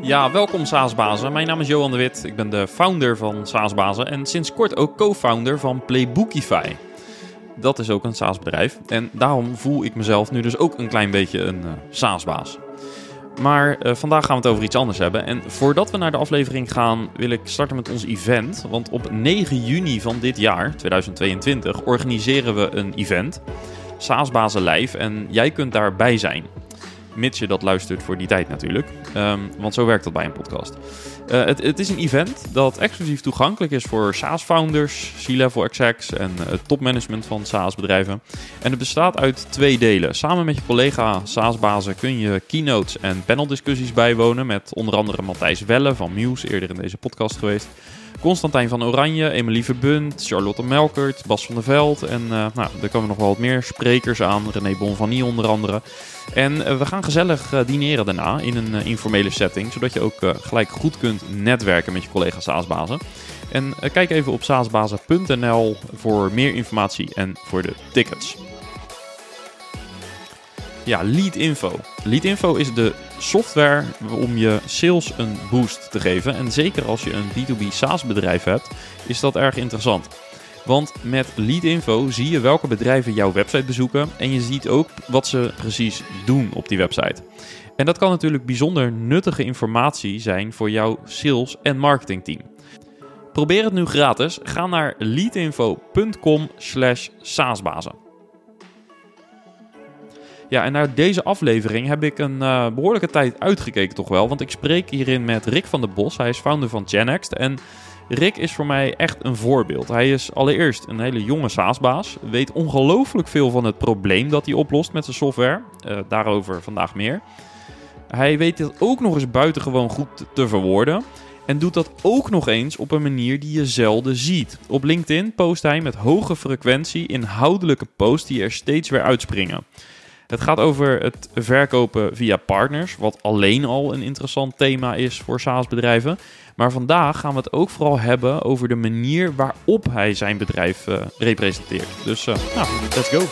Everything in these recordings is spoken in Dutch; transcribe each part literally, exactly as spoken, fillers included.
Ja, welkom SaaSbazen. Mijn naam is Johan de Wit. Ik ben de founder van SaaSbazen en sinds kort ook co-founder van Playbookify. Dat is ook een SaaS-bedrijf en daarom voel ik mezelf nu dus ook een klein beetje een uh, SaaSbaas. Maar uh, vandaag gaan we het over iets anders hebben. En voordat we naar de aflevering gaan, wil ik starten met ons event. Want op negen juni van dit jaar, tweeduizend tweeëntwintig, organiseren we een event. SaaSbazen Live en jij kunt daarbij zijn. Mits je dat luistert voor die tijd natuurlijk. Um, want zo werkt dat bij een podcast. Uh, het, het is een event dat exclusief toegankelijk is voor SaaS-founders, C-level execs en uh, het topmanagement van SaaS-bedrijven. En het bestaat uit twee delen. Samen met je collega SaaSbazen kun je keynotes en paneldiscussies bijwonen met onder andere Matthijs Welle van Muse, eerder in deze podcast geweest. Constantijn van Oranje, Emily Verbund, Charlotte Melkert, Bas van der Veld en uh, nou, er komen nog wel wat meer sprekers aan, René Bonvanie onder andere. En uh, we gaan gezellig uh, dineren daarna in een uh, informele setting, zodat je ook uh, gelijk goed kunt netwerken met je collega SaaSbazen. En uh, kijk even op saasbazen punt n l voor meer informatie en voor de tickets. Ja, Leadinfo. Leadinfo is de software om je sales een boost te geven. En zeker als je een B twee B SaaS bedrijf hebt, is dat erg interessant. Want met Leadinfo zie je welke bedrijven jouw website bezoeken en je ziet ook wat ze precies doen op die website. En dat kan natuurlijk bijzonder nuttige informatie zijn voor jouw sales- en marketingteam. Probeer het nu gratis. Ga naar leadinfo punt com slash saasbazen. Ja, en naar deze aflevering heb ik een uh, behoorlijke tijd uitgekeken toch wel. Want ik spreek hierin met Rick van der Bos. Hij is founder van Genext. En Rick is voor mij echt een voorbeeld. Hij is allereerst een hele jonge SaaSbaas. Weet ongelooflijk veel van het probleem dat hij oplost met zijn software. Uh, daarover vandaag meer. Hij weet het ook nog eens buitengewoon goed te verwoorden. En doet dat ook nog eens op een manier die je zelden ziet. Op LinkedIn post hij met hoge frequentie inhoudelijke posts die er steeds weer uitspringen. Het gaat over het verkopen via partners, wat alleen al een interessant thema is voor SaaS-bedrijven. Maar vandaag gaan we het ook vooral hebben over de manier waarop hij zijn bedrijf uh, representeert. Dus uh, nou, let's go.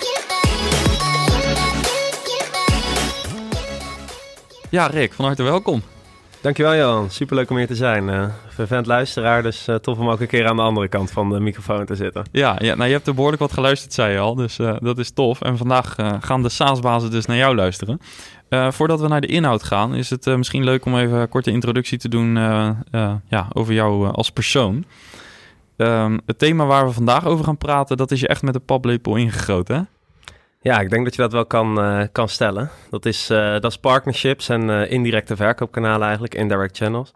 Ja, Rick, van harte welkom. Dankjewel Johan, superleuk om hier te zijn. Uh, vervent luisteraar, dus uh, tof om ook een keer aan de andere kant van de microfoon te zitten. Ja, ja nou, je hebt er behoorlijk wat geluisterd, zei je al, dus uh, dat is tof. En vandaag uh, gaan de SaaSbazen dus naar jou luisteren. Uh, voordat we naar de inhoud gaan, is het uh, misschien leuk om even een korte introductie te doen uh, uh, ja, over jou uh, als persoon. Uh, het thema waar we vandaag over gaan praten, dat is je echt met de paplepel ingegoten, hè? Ja, ik denk dat je dat wel kan, uh, kan stellen. Dat is, uh, dat is partnerships en uh, indirecte verkoopkanalen eigenlijk, indirect channels.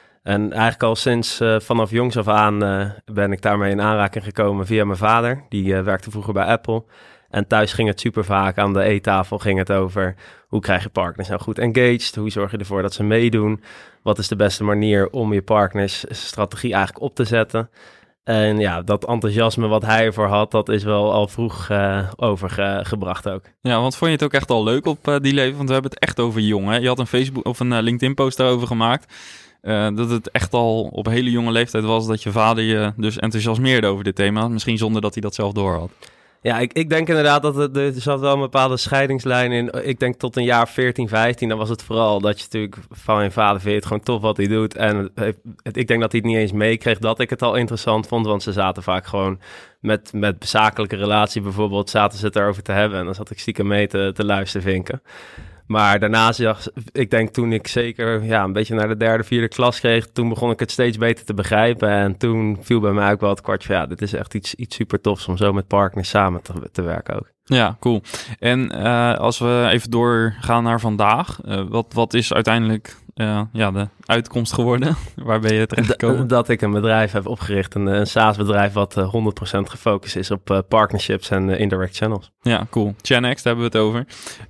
En eigenlijk al sinds uh, vanaf jongs af aan uh, ben ik daarmee in aanraking gekomen via mijn vader. Die uh, werkte vroeger bij Apple. En thuis ging het super vaak aan de eettafel ging het over hoe krijg je partners nou goed engaged? Hoe zorg je ervoor dat ze meedoen? Wat is de beste manier om je partners strategie eigenlijk op te zetten? En ja, dat enthousiasme wat hij ervoor had, dat is wel al vroeg uh, overgebracht ook. Ja, want vond je het ook echt al leuk op uh, die leven? Want we hebben het echt over jong, hè? Je had een Facebook of een uh, LinkedIn post daarover gemaakt. Uh, dat het echt al op hele jonge leeftijd was dat je vader je dus enthousiasmeerde over dit thema. Misschien zonder dat hij dat zelf doorhad. Ja, ik, ik denk inderdaad dat het, er zat wel een bepaalde scheidingslijn in. Ik denk tot een jaar veertien, vijftien, dan was het vooral dat je natuurlijk van je vader vindt het gewoon tof wat hij doet. En het, het, ik denk dat hij het niet eens meekreeg dat ik het al interessant vond, want ze zaten vaak gewoon met, met zakelijke relatie bijvoorbeeld, zaten ze het erover te hebben. En dan zat ik stiekem mee te, te luisteren vinken. Maar daarna zag ik denk toen ik zeker ja, een beetje naar de derde, vierde klas kreeg, toen begon ik het steeds beter te begrijpen. En toen viel bij mij ook wel het kwartje van ja, dit is echt iets, iets super tofs om zo met partners samen te, te werken ook. Ja, cool. En uh, als we even doorgaan naar vandaag, uh, wat, wat is uiteindelijk uh, ja, de uitkomst geworden? Waar ben je terecht gekomen? D- dat ik een bedrijf heb opgericht, een, een SaaS-bedrijf wat uh, honderd procent gefocust is op uh, partnerships en uh, indirect channels. Ja, cool. Genext, daar hebben we het over.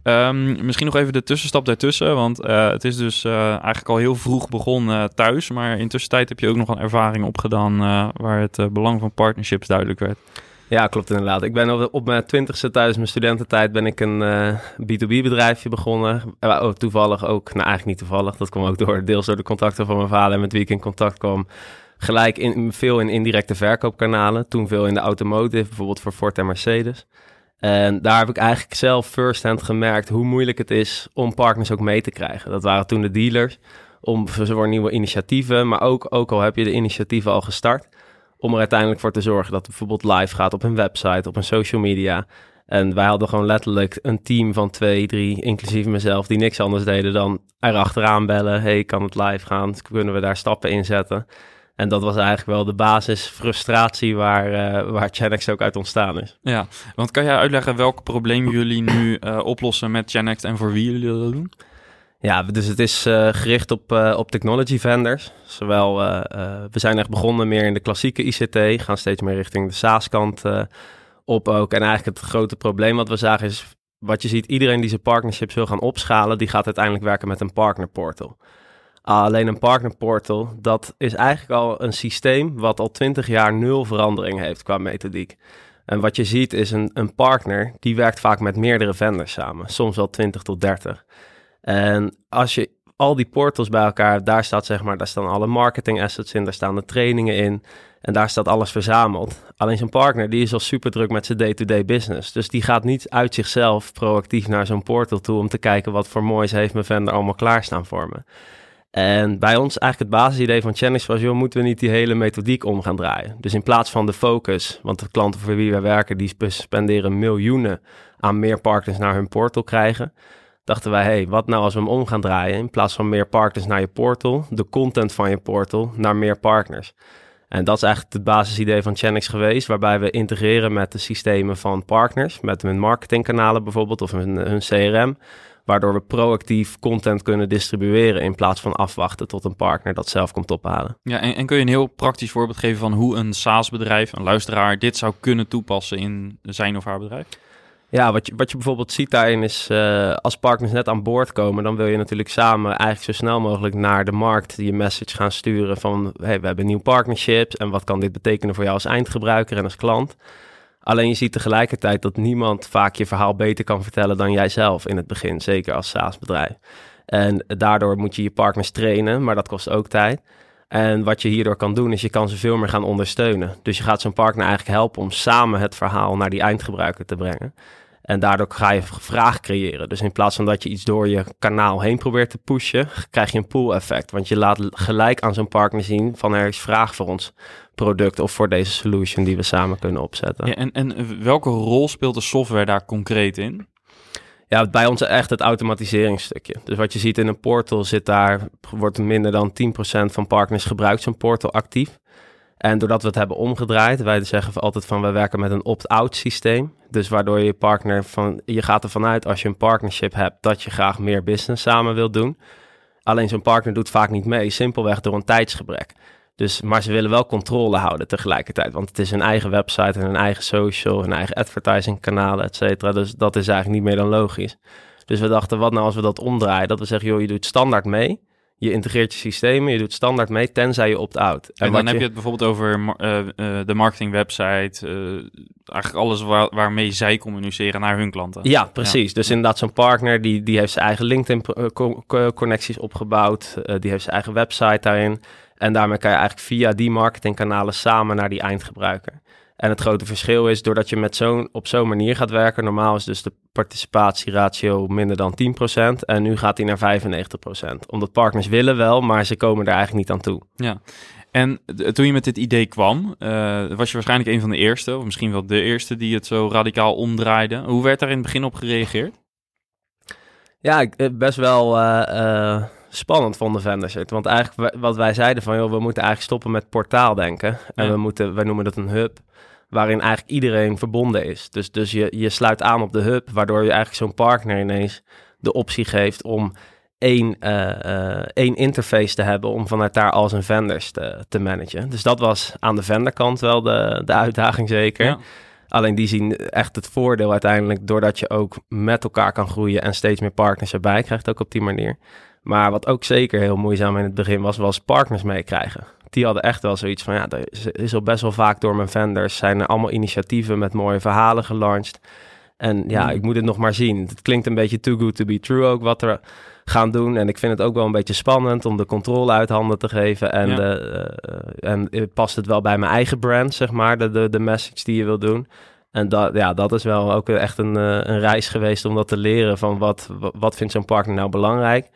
Um, misschien nog even de tussenstap daartussen, want uh, het is dus uh, eigenlijk al heel vroeg begonnen uh, thuis, maar in tussentijd heb je ook nog een ervaring opgedaan uh, waar het uh, belang van partnerships duidelijk werd. Ja, klopt inderdaad. Ik ben op, op mijn twintigste tijdens mijn studententijd ben ik een uh, B twee B bedrijfje begonnen. Uh, oh, toevallig ook, nou eigenlijk niet toevallig, dat kwam ook door, deels door de contacten van mijn vader en met wie ik in contact kwam. Gelijk in, veel in indirecte verkoopkanalen, toen veel in de automotive, bijvoorbeeld voor Ford en Mercedes. En daar heb ik eigenlijk zelf first-hand gemerkt hoe moeilijk het is om partners ook mee te krijgen. Dat waren toen de dealers. om voor nieuwe initiatieven, maar ook, ook al heb je de initiatieven al gestart, om er uiteindelijk voor te zorgen dat het bijvoorbeeld live gaat op een website, op een social media. En wij hadden gewoon letterlijk een team van twee, drie, inclusief mezelf, die niks anders deden dan erachteraan bellen. Hey, kan het live gaan? Kunnen we daar stappen in zetten? En dat was eigenlijk wel de basisfrustratie waar, uh, waar Chanext ook uit ontstaan is. Ja, want kan jij uitleggen welk probleem jullie nu uh, oplossen met Chanext en voor wie jullie dat doen? Ja, dus het is uh, gericht op, uh, op technology vendors. Zowel, uh, uh, we zijn echt begonnen meer in de klassieke I C T, gaan steeds meer richting de SaaS-kant uh, op ook. En eigenlijk het grote probleem wat we zagen is, wat je ziet, iedereen die zijn partnerships wil gaan opschalen, die gaat uiteindelijk werken met een partnerportal. Uh, alleen een partnerportal, dat is eigenlijk al een systeem wat al twintig jaar nul verandering heeft qua methodiek. En wat je ziet is een, een partner, die werkt vaak met meerdere vendors samen, soms wel twintig tot dertig. En als je al die portals bij elkaar hebt, daar staat zeg maar, daar staan alle marketing assets in, daar staan de trainingen in en daar staat alles verzameld. Alleen zo'n partner, die is al super druk met zijn day-to-day business. Dus die gaat niet uit zichzelf proactief naar zo'n portal toe om te kijken wat voor moois heeft mijn vendor allemaal klaarstaan voor me. En bij ons eigenlijk het basisidee van Chanext was, joh, moeten we niet die hele methodiek om gaan draaien. Dus in plaats van de focus, want de klanten voor wie wij werken, die spenderen miljoenen aan meer partners naar hun portal krijgen, dachten wij, hey, wat nou als we hem om gaan draaien? In plaats van meer partners naar je portal, de content van je portal naar meer partners. En dat is eigenlijk het basisidee van Chanext geweest, waarbij we integreren met de systemen van partners, met hun marketingkanalen bijvoorbeeld, of hun, hun C R M, waardoor we proactief content kunnen distribueren in plaats van afwachten tot een partner dat zelf komt ophalen. Ja, en, en kun je een heel praktisch voorbeeld geven van hoe een SaaS-bedrijf, een luisteraar, dit zou kunnen toepassen in zijn of haar bedrijf? Ja, wat je, wat je bijvoorbeeld ziet daarin is, uh, als partners net aan boord komen, dan wil je natuurlijk samen eigenlijk zo snel mogelijk naar de markt je message gaan sturen van, hey, we hebben nieuw partnerships en wat kan dit betekenen voor jou als eindgebruiker en als klant. Alleen je ziet tegelijkertijd dat niemand vaak je verhaal beter kan vertellen dan jijzelf in het begin, zeker als SaaS-bedrijf. En daardoor moet je je partners trainen, maar dat kost ook tijd. En wat je hierdoor kan doen, is je kan ze veel meer gaan ondersteunen. Dus je gaat zo'n partner eigenlijk helpen om samen het verhaal naar die eindgebruiker te brengen. En daardoor ga je vraag creëren. Dus in plaats van dat je iets door je kanaal heen probeert te pushen, krijg je een pull effect. Want je laat gelijk aan zo'n partner zien van er is vraag voor ons product of voor deze solution die we samen kunnen opzetten. Ja, en, en welke rol speelt de software daar concreet in? Ja, bij ons echt het automatiseringsstukje. Dus wat je ziet in een portal zit daar, wordt minder dan tien procent van partners gebruikt zo'n portal actief. En doordat we het hebben omgedraaid, wij zeggen altijd van, wij werken met een opt-out systeem. Dus waardoor je partner van, je gaat ervan uit als je een partnership hebt, dat je graag meer business samen wilt doen. Alleen zo'n partner doet vaak niet mee, simpelweg door een tijdsgebrek. Dus, maar ze willen wel controle houden tegelijkertijd, want het is hun eigen website en hun eigen social, hun eigen advertising kanalen, et cetera. Dus dat is eigenlijk niet meer dan logisch. Dus we dachten, wat nou als we dat omdraaien? Dat we zeggen, joh, je doet standaard mee. Je integreert je systemen, je doet standaard mee, tenzij je opt-out. En, en dan heb je... je het bijvoorbeeld over uh, uh, de marketingwebsite, uh, eigenlijk alles waar, waarmee zij communiceren naar hun klanten. Ja, precies. Ja. Dus ja. inderdaad zo'n partner, die, die heeft zijn eigen LinkedIn-connecties opgebouwd, uh, die heeft zijn eigen website daarin. En daarmee kan je eigenlijk via die marketingkanalen samen naar die eindgebruiker. En het grote verschil is, doordat je met zo'n, op zo'n manier gaat werken, normaal is dus de participatieratio minder dan tien procent en nu gaat die naar vijfennegentig procent. Omdat partners willen wel, maar ze komen er eigenlijk niet aan toe. Ja, en d- toen je met dit idee kwam, uh, was je waarschijnlijk een van de eerste, of misschien wel de eerste die het zo radicaal omdraaide. Hoe werd daar in het begin op gereageerd? Ja, best wel uh, uh, spannend vonden vendors het. Want eigenlijk wat wij zeiden van, joh, we moeten eigenlijk stoppen met portaaldenken. En ja. we moeten, wij noemen dat een hub, waarin eigenlijk iedereen verbonden is. Dus, dus je, je sluit aan op de hub, waardoor je eigenlijk zo'n partner ineens de optie geeft om één, uh, uh, één interface te hebben om vanuit daar al zijn vendors te, te managen. Dus dat was aan de vendorkant wel de, de uitdaging zeker. Ja. Alleen die zien echt het voordeel uiteindelijk, doordat je ook met elkaar kan groeien en steeds meer partners erbij krijgt, ook op die manier. Maar wat ook zeker heel moeizaam in het begin was, was partners meekrijgen. Die hadden echt wel zoiets van, ja, er is al best wel vaak door mijn vendors, zijn er allemaal initiatieven met mooie verhalen gelanceerd. En ja, mm. ik moet het nog maar zien. Het klinkt een beetje too good to be true ook wat er gaan doen. En ik vind het ook wel een beetje spannend om de controle uit handen te geven. En, ja. de, uh, en past het wel bij mijn eigen brand, zeg maar, de, de, de message die je wil doen. En dat, ja, dat is wel ook echt een, uh, een reis geweest om dat te leren van wat, wat vindt zo'n partner nou belangrijk.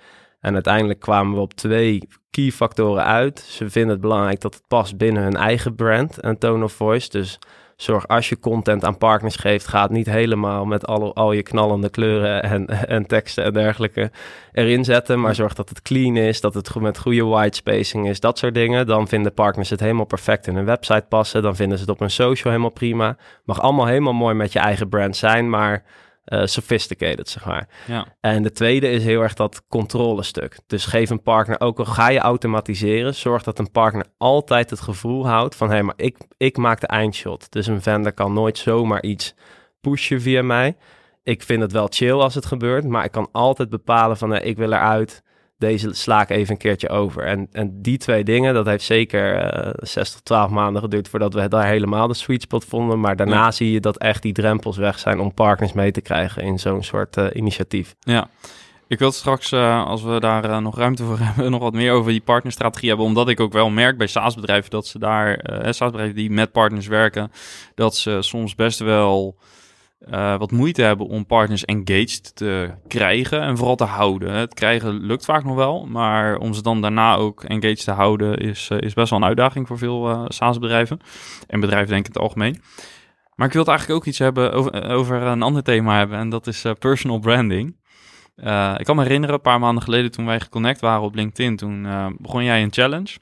En uiteindelijk kwamen we op twee key factoren uit. Ze vinden het belangrijk dat het past binnen hun eigen brand en tone of voice. Dus zorg als je content aan partners geeft, ga het niet helemaal met alle, al je knallende kleuren en, en teksten en dergelijke erin zetten. Maar zorg dat het clean is, dat het met goede white spacing is, dat soort dingen. Dan vinden partners het helemaal perfect in hun website passen. Dan vinden ze het op hun social helemaal prima. Mag allemaal helemaal mooi met je eigen brand zijn, maar uh, sophisticated, zeg maar. Ja. En de tweede is heel erg dat controlestuk. Dus geef een partner, ook al ga je automatiseren, zorg dat een partner altijd het gevoel houdt van, hé, hey, maar ik, ik maak de eindshot. Dus een vendor kan nooit zomaar iets pushen via mij. Ik vind het wel chill als het gebeurt, maar ik kan altijd bepalen van, hey, ik wil eruit, deze sla ik even een keertje over. En, en die twee dingen, dat heeft zeker uh, zes tot twaalf maanden geduurd voordat we daar helemaal de sweet spot vonden. Maar daarna ja. zie je dat echt die drempels weg zijn om partners mee te krijgen in zo'n soort uh, initiatief. Ja, ik wil straks, uh, als we daar uh, nog ruimte voor hebben, nog wat meer over die partnerstrategie hebben. Omdat ik ook wel merk bij SaaS-bedrijven dat ze daar, uh, SaaS-bedrijven die met partners werken, dat ze soms best wel Uh, wat moeite hebben om partners engaged te krijgen en vooral te houden. Het krijgen lukt vaak nog wel, maar om ze dan daarna ook engaged te houden is, uh, is best wel een uitdaging voor veel uh, SaaS-bedrijven en bedrijven denk ik in het algemeen. Maar ik wil het eigenlijk ook iets hebben over, over een ander thema hebben en dat is uh, personal branding. Uh, ik kan me herinneren, een paar maanden geleden toen wij geconnect waren op LinkedIn, toen uh, begon jij een challenge.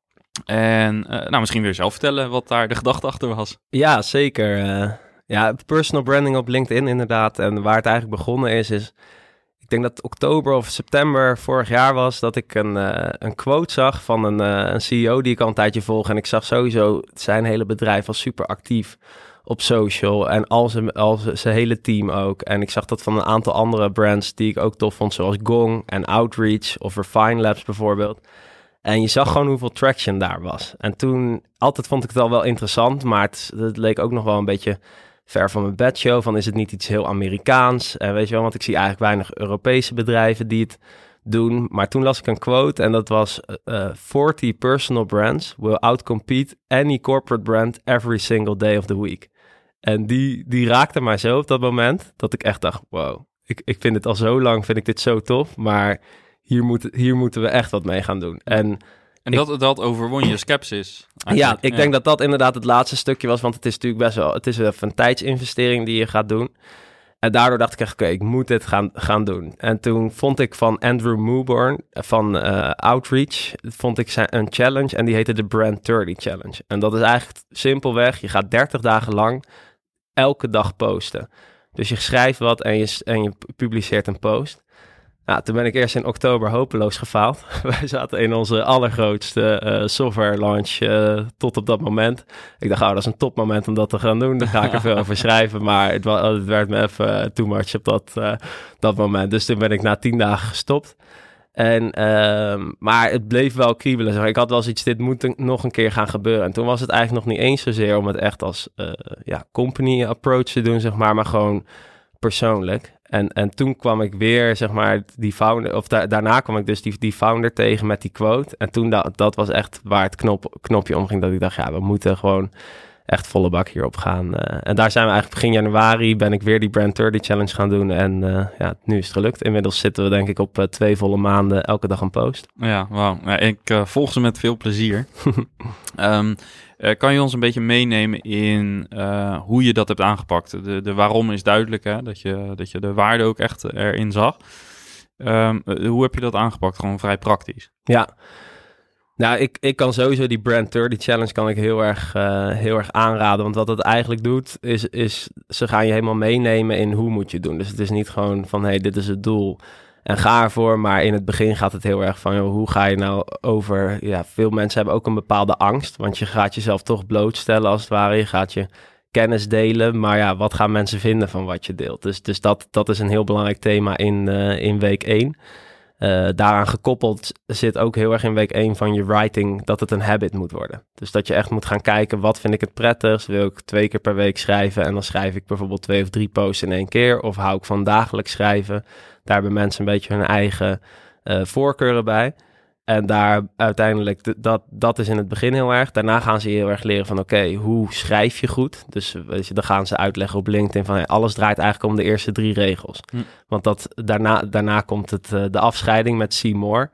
En uh, nou, misschien wil je zelf vertellen wat daar de gedachte achter was. Ja, zeker. Uh... Ja, personal branding op LinkedIn inderdaad. En waar het eigenlijk begonnen is, is... Ik denk dat het oktober of september vorig jaar was dat ik een, uh, een quote zag van een, uh, een C E O die ik al een tijdje volg. En ik zag sowieso zijn hele bedrijf was super actief op social en al zijn, al zijn hele team ook. En ik zag dat van een aantal andere brands die ik ook tof vond, zoals Gong en Outreach of Refine Labs bijvoorbeeld. En je zag gewoon hoeveel traction daar was. En toen, altijd vond ik het al wel interessant, maar het, het leek ook nog wel een beetje ver van mijn bedshow, van is het niet iets heel Amerikaans? En weet je wel, want ik zie eigenlijk weinig Europese bedrijven die het doen. Maar toen las ik een quote en dat was uh, forty personal brands will outcompete any corporate brand every single day of the week. En die, die raakte mij zo op dat moment, dat ik echt dacht, wow, ik, ik vind het al zo lang, vind ik dit zo tof, maar hier, moet, hier moeten we echt wat mee gaan doen. En En dat, ik, dat overwon je sceptisch. Ja, ik ja. denk dat dat inderdaad het laatste stukje was. Want het is natuurlijk best wel... Het is een tijdsinvestering die je gaat doen. En daardoor dacht ik echt, oké, okay, ik moet dit gaan, gaan doen. En toen vond ik van Andrew Mooborn van uh, Outreach... vond ik zijn, een challenge en die heette de Brand dertig Challenge. En dat is eigenlijk simpelweg... Je gaat dertig dagen lang elke dag posten. Dus je schrijft wat en je, en je publiceert een post... Nou, toen ben ik eerst in oktober hopeloos gefaald. Wij zaten in onze allergrootste uh, software launch uh, tot op dat moment. Ik dacht, oh, dat is een topmoment om dat te gaan doen. Daar ga ik er veel over schrijven. Maar het, het werd me even too much op dat, uh, dat moment. Dus toen ben ik na tien dagen gestopt. En, uh, maar het bleef wel kriebelen. Zeg. Ik had wel eens iets, dit moet nog een keer gaan gebeuren. En toen was het eigenlijk nog niet eens zozeer om het echt als uh, ja, company approach te doen, zeg maar. Maar gewoon persoonlijk. En, en toen kwam ik weer, zeg maar, die founder, of da- daarna kwam ik dus die, die founder tegen met die quote. En toen, da- dat was echt waar het knop, knopje omging, dat ik dacht, ja, we moeten gewoon echt volle bak hierop gaan. Uh, en daar zijn we eigenlijk begin januari, ben ik weer die Brand dertig Challenge gaan doen. En uh, ja, nu is het gelukt. Inmiddels zitten we denk ik op uh, twee volle maanden, elke dag een post. Ja, wauw. Ja, ik uh, volg ze met veel plezier. um, Uh, kan je ons een beetje meenemen in uh, hoe je dat hebt aangepakt? De, de waarom is duidelijk, hè? Dat je, dat je de waarde ook echt erin zag. Um, uh, hoe heb je dat aangepakt? Gewoon vrij praktisch. Ja, nou, ik, ik kan sowieso die Brand dertig Challenge kan ik heel erg, uh, heel erg aanraden. Want wat het eigenlijk doet, is, is ze gaan je helemaal meenemen in hoe moet je het doen. Dus het is niet gewoon van, hey, dit is het doel en ga ervoor. Maar in het begin gaat het heel erg van, joh, hoe ga je nou over... Ja, veel mensen hebben ook een bepaalde angst. Want je gaat jezelf toch blootstellen als het ware. Je gaat je kennis delen. Maar ja, wat gaan mensen vinden van wat je deelt? Dus, dus dat, dat is een heel belangrijk thema in, uh, in week één. Uh, daaraan gekoppeld zit ook heel erg in week één van je writing dat het een habit moet worden. Dus dat je echt moet gaan kijken, wat vind ik het prettigst? Wil ik twee keer per week schrijven en dan schrijf ik bijvoorbeeld twee of drie posts in één keer? Of hou ik van dagelijks schrijven? Daar hebben mensen een beetje hun eigen uh, voorkeuren bij. En daar uiteindelijk, d- dat, dat is in het begin heel erg. Daarna gaan ze heel erg leren van, oké, okay, hoe schrijf je goed? Dus weet je, dan gaan ze uitleggen op LinkedIn van, hey, alles draait eigenlijk om de eerste drie regels. Hm. Want dat, daarna, daarna komt het, uh, de afscheiding met See More.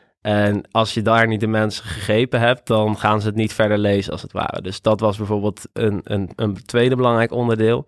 En als je daar niet de mensen gegrepen hebt, dan gaan ze het niet verder lezen als het ware. Dus dat was bijvoorbeeld een, een, een tweede belangrijk onderdeel.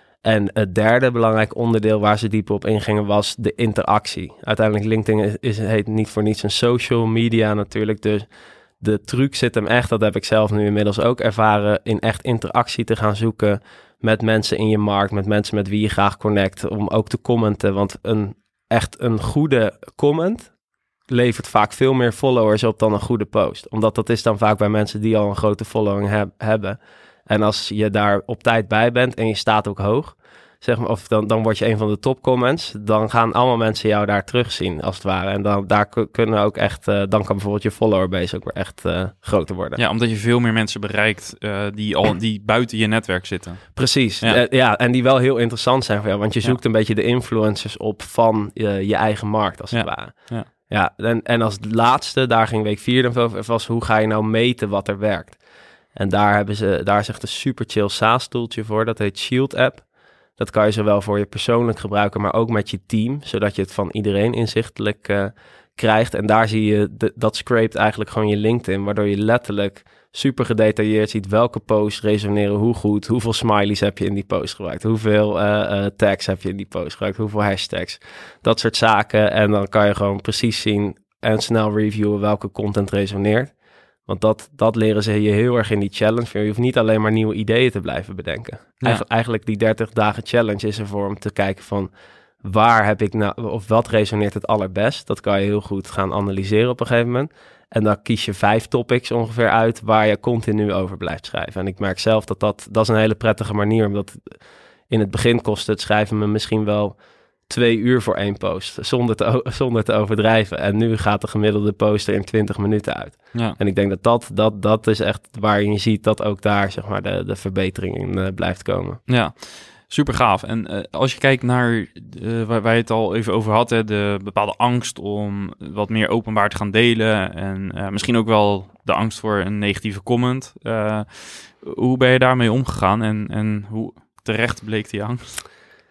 En het derde belangrijk onderdeel waar ze dieper op ingingen was de interactie. Uiteindelijk LinkedIn is, is, heet niet voor niets een social media natuurlijk. Dus de truc zit hem echt, dat heb ik zelf nu inmiddels ook ervaren, in echt interactie te gaan zoeken met mensen in je markt, met mensen met wie je graag connect, om ook te commenten. Want een echt een goede comment levert vaak veel meer followers op dan een goede post. Omdat dat is dan vaak bij mensen die al een grote following heb, hebben. En als je daar op tijd bij bent en je staat ook hoog, zeg maar, of dan, dan word je een van de top comments, dan gaan allemaal mensen jou daar terugzien, als het ware. En dan daar k- kunnen ook echt, uh, dan kan bijvoorbeeld je followerbase ook weer echt uh, groter worden. Ja, omdat je veel meer mensen bereikt uh, die al die buiten je netwerk zitten. Precies, ja, uh, ja en die wel heel interessant zijn voor jou, want je zoekt ja. een beetje de influencers op van uh, je eigen markt, als het ja. ware. Ja. Ja, en, en als laatste, daar ging week vier dan over, was hoe ga je nou meten wat er werkt? En daar hebben ze, daar is echt een super chill SaaS-tooltje voor, dat heet Shield App. Dat kan je zowel voor je persoonlijk gebruiken, maar ook met je team, zodat je het van iedereen inzichtelijk uh, krijgt. En daar zie je, de, dat scrapt eigenlijk gewoon je LinkedIn, waardoor je letterlijk super gedetailleerd ziet welke posts resoneren hoe goed, hoeveel smileys heb je in die post gebruikt, hoeveel uh, uh, tags heb je in die post gebruikt, hoeveel hashtags, dat soort zaken. En dan kan je gewoon precies zien en snel reviewen welke content resoneert. Want dat, dat leren ze je heel erg in die challenge. Je hoeft niet alleen maar nieuwe ideeën te blijven bedenken. Ja. Eigen, eigenlijk die dertig dagen challenge is ervoor om te kijken van waar heb ik nou, of wat resoneert het allerbest. Dat kan je heel goed gaan analyseren op een gegeven moment. En dan kies je vijf topics ongeveer uit waar je continu over blijft schrijven. En ik merk zelf dat dat, dat is een hele prettige manier. Omdat in het begin kostte het schrijven me misschien wel twee uur voor één post, zonder te, zonder te overdrijven. En nu gaat de gemiddelde poster in twintig minuten uit. Ja. En ik denk dat dat, dat dat is echt waar je ziet dat ook daar zeg maar de, de verbetering in uh, blijft komen. Ja, super gaaf. En uh, als je kijkt naar uh, waar, waar je het al even over had, hè, de bepaalde angst om wat meer openbaar te gaan delen en uh, misschien ook wel de angst voor een negatieve comment. Uh, hoe ben je daarmee omgegaan en, en hoe terecht bleek die angst?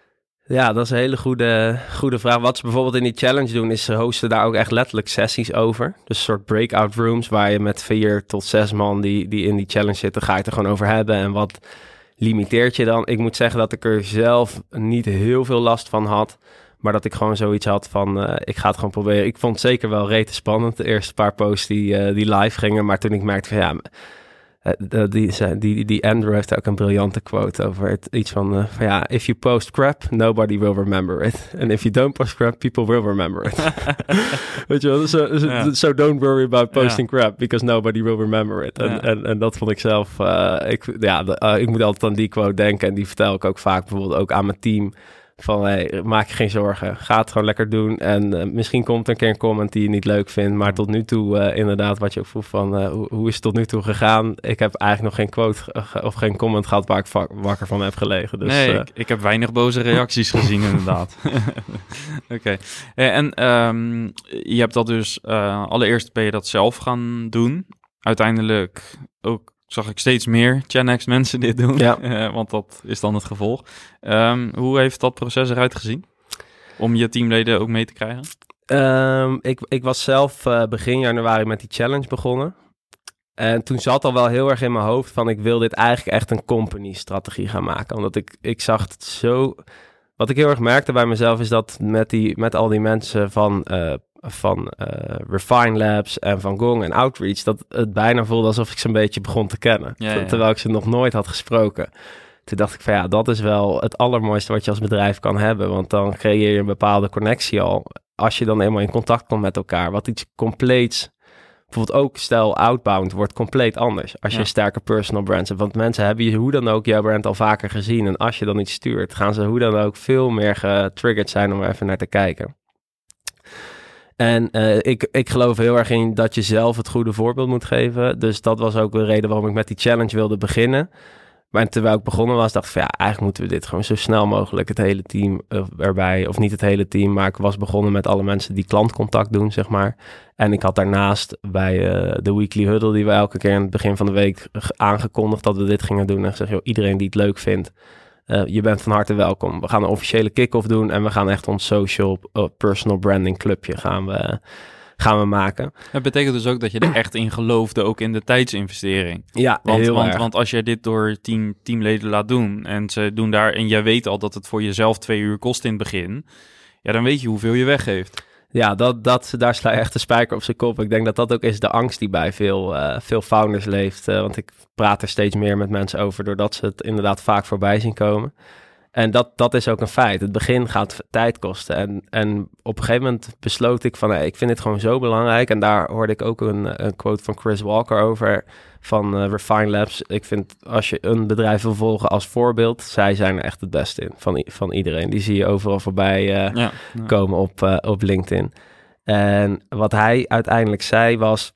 Ja, dat is een hele goede, goede vraag. Wat ze bijvoorbeeld in die challenge doen, is ze hosten daar ook echt letterlijk sessies over. Dus een soort breakout rooms waar je met vier tot zes man die, die in die challenge zitten, ga je het er gewoon over hebben. En wat limiteert je dan? Ik moet zeggen dat ik er zelf niet heel veel last van had. Maar dat ik gewoon zoiets had van, uh, ik ga het gewoon proberen. Ik vond het zeker wel rete spannend, de eerste paar posts die, uh, die live gingen. Maar toen ik merkte van ja... Uh, die, die, die Andrew heeft ook een briljante quote over het. Iets van, uh, van ja, if you post crap, nobody will remember it. And if you don't post crap, people will remember it. Weet je wel, so, so, ja. so don't worry about posting ja. crap, because nobody will remember it. En, ja. en, en dat vond ik zelf, uh, ik, ja, uh, ik moet altijd aan die quote denken. En die vertel ik ook vaak bijvoorbeeld ook aan mijn team. Van, hey, maak je geen zorgen. Ga het gewoon lekker doen. En uh, misschien komt er een keer een comment die je niet leuk vindt. Maar tot nu toe, uh, inderdaad, wat je ook vroeg van... Uh, hoe, hoe is het tot nu toe gegaan? Ik heb eigenlijk nog geen quote uh, of geen comment gehad waar ik va- wakker van heb gelegen. Dus, nee, uh, ik, ik heb weinig boze reacties gezien, inderdaad. Oké. Okay. En um, je hebt dat dus... Uh, allereerst ben je dat zelf gaan doen. Uiteindelijk ook... zag ik steeds meer Gen X mensen dit doen, ja. uh, want dat is dan het gevolg. Um, hoe heeft dat proces eruit gezien? Om je teamleden ook mee te krijgen? Um, ik, ik was zelf uh, begin januari met die challenge begonnen. En toen zat al wel heel erg in mijn hoofd van ik wil dit eigenlijk echt een company-strategie gaan maken. Omdat ik, ik zag het zo... Wat ik heel erg merkte bij mezelf is dat met, die, met al die mensen van... Uh, van uh, Refine Labs en van Gong en Outreach, dat het bijna voelde alsof ik ze een beetje begon te kennen. Ja, ja. Terwijl ik ze nog nooit had gesproken. Toen dacht ik van ja, dat is wel het allermooiste wat je als bedrijf kan hebben, want dan creëer je een bepaalde connectie al. Als je dan eenmaal in contact komt met elkaar, wat iets compleets, bijvoorbeeld ook stel outbound, wordt compleet anders als je ja. een sterke personal brand hebt. Want mensen hebben je hoe dan ook jouw brand al vaker gezien en als je dan iets stuurt, gaan ze hoe dan ook veel meer getriggerd zijn om er even naar te kijken. En uh, ik, ik geloof heel erg in dat je zelf het goede voorbeeld moet geven. Dus dat was ook de reden waarom ik met die challenge wilde beginnen. Maar terwijl ik begonnen was, dacht ik van ja, eigenlijk moeten we dit gewoon zo snel mogelijk het hele team uh, erbij. Of niet het hele team, maar ik was begonnen met alle mensen die klantcontact doen, zeg maar. En ik had daarnaast bij uh, de Weekly Huddle, die we elke keer aan het begin van de week aangekondigd dat we dit gingen doen. En gezegd, joh, iedereen die het leuk vindt, uh, je bent van harte welkom. We gaan een officiële kick-off doen en we gaan echt ons social uh, personal branding clubje gaan we... Uh, gaan we maken. Dat betekent dus ook dat je er echt in geloofde, ook in de tijdsinvestering. Ja, want, heel want, erg. Want als jij dit door tien teamleden laat doen en ze doen daar en jij weet al dat het voor jezelf twee uur kost in het begin, ja, dan weet je hoeveel je weggeeft. Ja, dat, dat, daar sla je echt de spijker op zijn kop. Ik denk dat dat ook is de angst die bij veel, uh, veel founders leeft. Uh, want ik praat er steeds meer met mensen over, doordat ze het inderdaad vaak voorbij zien komen. En dat, dat is ook een feit. Het begin gaat tijd kosten. En, en op een gegeven moment besloot ik van... Hey, ik vind dit gewoon zo belangrijk. En daar hoorde ik ook een, een quote van Chris Walker over... van uh, Refine Labs. Ik vind als je een bedrijf wil volgen als voorbeeld... zij zijn er echt het beste in van, van iedereen. Die zie je overal voorbij uh, ja, ja. komen op, uh, op LinkedIn. En wat hij uiteindelijk zei was...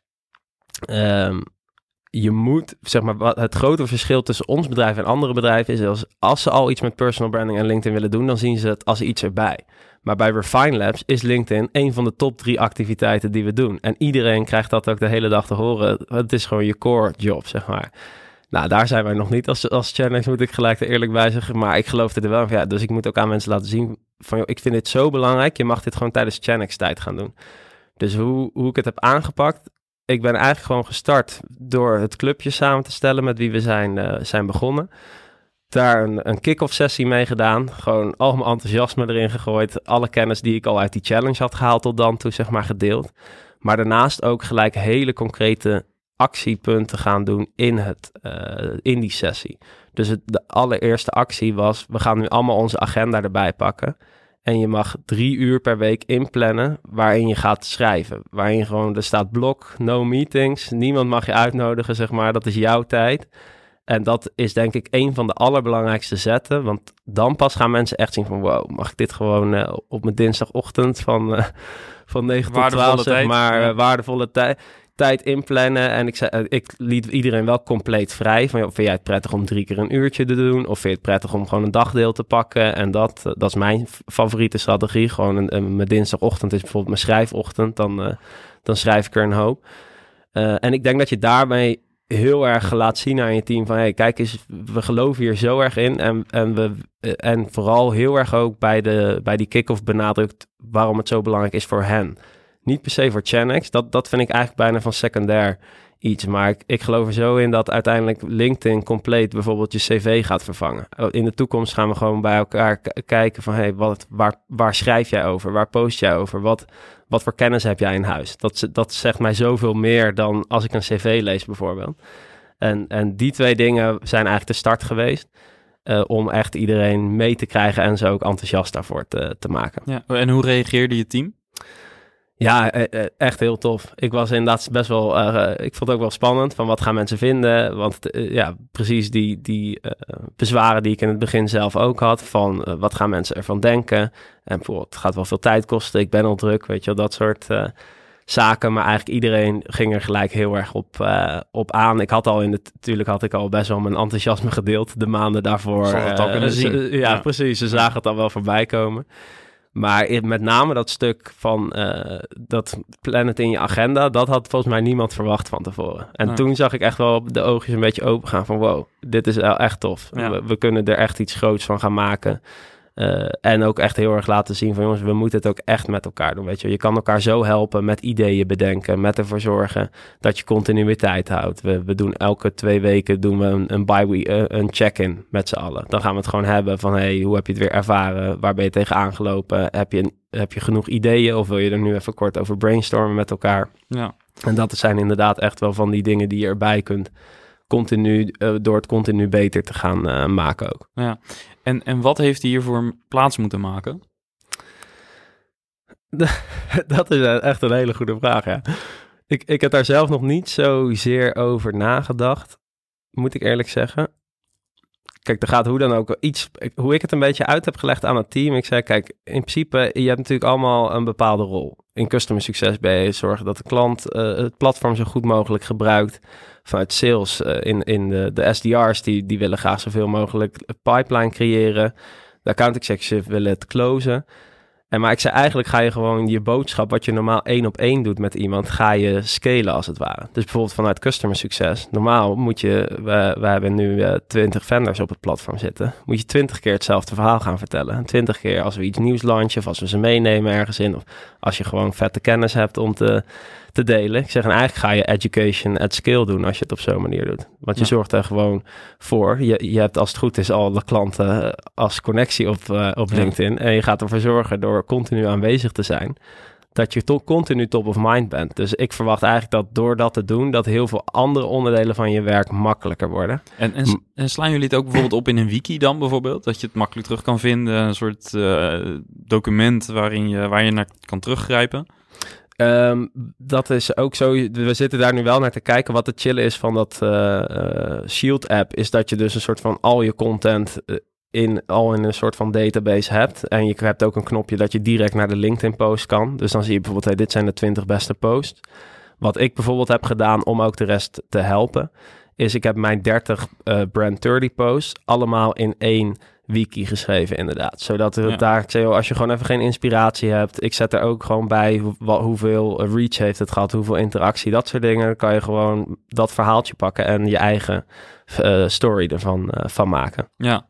Um, je moet, zeg maar, wat het grote verschil tussen ons bedrijf en andere bedrijven is als, als ze al iets met personal branding en LinkedIn willen doen, dan zien ze het als iets erbij. Maar bij Refine Labs is LinkedIn een van de top drie activiteiten die we doen. En iedereen krijgt dat ook de hele dag te horen. Het is gewoon je core job, zeg maar. Nou, daar zijn wij nog niet als, als Chanex, moet ik gelijk er eerlijk bij zeggen. Maar ik geloofde er wel van, ja, dus ik moet ook aan mensen laten zien van, joh, ik vind dit zo belangrijk. Je mag dit gewoon tijdens Chanex tijd gaan doen. Dus hoe, hoe ik het heb aangepakt... Ik ben eigenlijk gewoon gestart door het clubje samen te stellen met wie we zijn, uh, zijn begonnen. Daar een, een kick-off sessie mee gedaan. Gewoon al mijn enthousiasme erin gegooid. Alle kennis die ik al uit die challenge had gehaald tot dan toe, zeg maar, gedeeld. Maar daarnaast ook gelijk hele concrete actiepunten gaan doen in, het, uh, in die sessie. Dus het, de allereerste actie was, we gaan nu allemaal onze agenda erbij pakken. En je mag drie uur per week inplannen waarin je gaat schrijven. Waarin gewoon, er staat blok, no meetings. Niemand mag je uitnodigen, zeg maar. Dat is jouw tijd. En dat is denk ik een van de allerbelangrijkste zetten. Want dan pas gaan mensen echt zien van... wow, mag ik dit gewoon uh, op mijn dinsdagochtend van, uh, van negen tot twaalf, zeg maar, uh, waardevolle tijd... tijd inplannen en ik, zei, ik liet iedereen wel compleet vrij. Van, joh, vind jij het prettig om drie keer een uurtje te doen? Of vind je het prettig om gewoon een dagdeel te pakken? En dat, dat is mijn favoriete strategie. Gewoon een, een, mijn dinsdagochtend is bijvoorbeeld mijn schrijfochtend. Dan, uh, dan schrijf ik er een hoop. Uh, en ik denk dat je daarmee heel erg laat zien aan je team van... hey, kijk eens, we geloven hier zo erg in. En, en, we, en vooral heel erg ook bij, de, bij die kick-off benadrukt... waarom het zo belangrijk is voor hen. Niet per se voor Chanex. Dat, dat vind ik eigenlijk bijna van secundair iets. Maar ik, ik geloof er zo in dat uiteindelijk LinkedIn compleet bijvoorbeeld je cv gaat vervangen. In de toekomst gaan we gewoon bij elkaar k- kijken van... hey, wat, waar, waar schrijf jij over? Waar post jij over? Wat, wat voor kennis heb jij in huis? Dat, dat zegt mij zoveel meer dan als ik een cv lees bijvoorbeeld. En, en die twee dingen zijn eigenlijk de start geweest... Uh, om echt iedereen mee te krijgen en ze ook enthousiast daarvoor te, te maken. Ja, en hoe reageerde je team? Ja, echt heel tof. Ik was inderdaad best wel... Uh, ik vond het ook wel spannend van wat gaan mensen vinden. Want uh, ja, precies die, die uh, bezwaren die ik in het begin zelf ook had. Van uh, wat gaan mensen ervan denken. En bijvoorbeeld, het gaat wel veel tijd kosten. Ik ben al druk, weet je wel, dat soort uh, zaken. Maar eigenlijk iedereen ging er gelijk heel erg op, uh, op aan. Ik had al in het... Natuurlijk had ik al best wel mijn enthousiasme gedeeld de maanden daarvoor. Zal het al uh, kunnen zien. Uh, ja, ja, precies. Ze zagen het al wel voorbij komen. Maar met name dat stuk van uh, dat plannen in je agenda, dat had volgens mij niemand verwacht van tevoren. En ja. Toen zag ik echt wel de oogjes een beetje open gaan van wow, dit is wel echt tof. Ja. We, we kunnen er echt iets groots van gaan maken. Uh, en ook echt heel erg laten zien van jongens, we moeten het ook echt met elkaar doen. Weet je, je kan elkaar zo helpen met ideeën bedenken, met ervoor zorgen dat je continuïteit houdt. We, we doen elke twee weken doen we een, een, bi- uh, een check-in met z'n allen. Dan gaan we het gewoon hebben van hey, hoe heb je het weer ervaren? Waar ben je tegen aangelopen? Heb je, een, heb je genoeg ideeën of wil je er nu even kort over brainstormen met elkaar? Ja. En dat zijn inderdaad echt wel van die dingen die je erbij kunt continu, uh, door het continu beter te gaan uh, maken ook. Ja. En, en wat heeft hiervoor plaats moeten maken? Dat is echt een hele goede vraag, ja. Ik, ik heb daar zelf nog niet zozeer over nagedacht, moet ik eerlijk zeggen. kijk, er gaat hoe dan ook iets... Hoe ik het een beetje uit heb gelegd aan het team. Ik zei, kijk, in principe, je hebt natuurlijk allemaal een bepaalde rol. In customer succes ben je zorgen dat de klant uh, het platform zo goed mogelijk gebruikt. Vanuit sales, uh, in, in de, de S D R's, die, die willen graag zoveel mogelijk pipeline creëren. De account executive willen het closen. En maar ik zei, eigenlijk ga je gewoon je boodschap, wat je normaal één op één doet met iemand, ga je scalen als het ware. Dus bijvoorbeeld vanuit customer succes. Normaal moet je, we, we hebben nu uh, twintig vendors op het platform zitten. Moet je twintig keer hetzelfde verhaal gaan vertellen. En twintig keer als we iets nieuws launchen of als we ze meenemen ergens in. Of als je gewoon vette kennis hebt om te, te delen. Ik zeg, en eigenlijk ga je education at scale doen als je het op zo'n manier doet. Want je ja. zorgt er gewoon voor. Je, je hebt als het goed is al de klanten als connectie op, uh, op LinkedIn. Ja. En je gaat ervoor zorgen door continu aanwezig te zijn, dat je to- continu top of mind bent. Dus ik verwacht eigenlijk dat door dat te doen, dat heel veel andere onderdelen van je werk makkelijker worden. En, en, en slaan jullie het ook bijvoorbeeld op in een wiki dan bijvoorbeeld? Dat je het makkelijk terug kan vinden, een soort uh, document waarin je, waar je naar kan teruggrijpen? Um, dat is ook zo. We zitten daar nu wel naar te kijken. Wat het chillen is van dat uh, uh, Shield-app, is dat je dus een soort van al je content uh, in al in een soort van database hebt. En je hebt ook een knopje dat je direct naar de LinkedIn-post kan. Dus dan zie je bijvoorbeeld, hey, dit zijn de twintig beste posts. Wat ik bijvoorbeeld heb gedaan om ook de rest te helpen, is ik heb mijn dertig uh, Brand dertig posts allemaal in één wiki geschreven inderdaad. Zodat we ja. daar, ik zeg, als je gewoon even geen inspiratie hebt, ik zet er ook gewoon bij hoe, wat, hoeveel reach heeft het gehad, hoeveel interactie, dat soort dingen. Dan kan je gewoon dat verhaaltje pakken en je eigen uh, story ervan uh, van maken. Ja,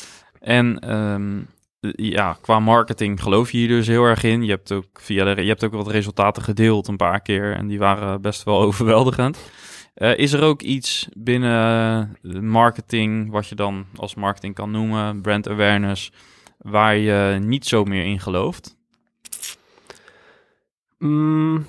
en um, ja, qua marketing geloof je hier dus heel erg in. Je hebt ook via de, je hebt ook wat resultaten gedeeld een paar keer en die waren best wel overweldigend. Uh, is er ook iets binnen marketing, wat je dan als marketing kan noemen, brand awareness, waar je niet zo meer in gelooft? Mm,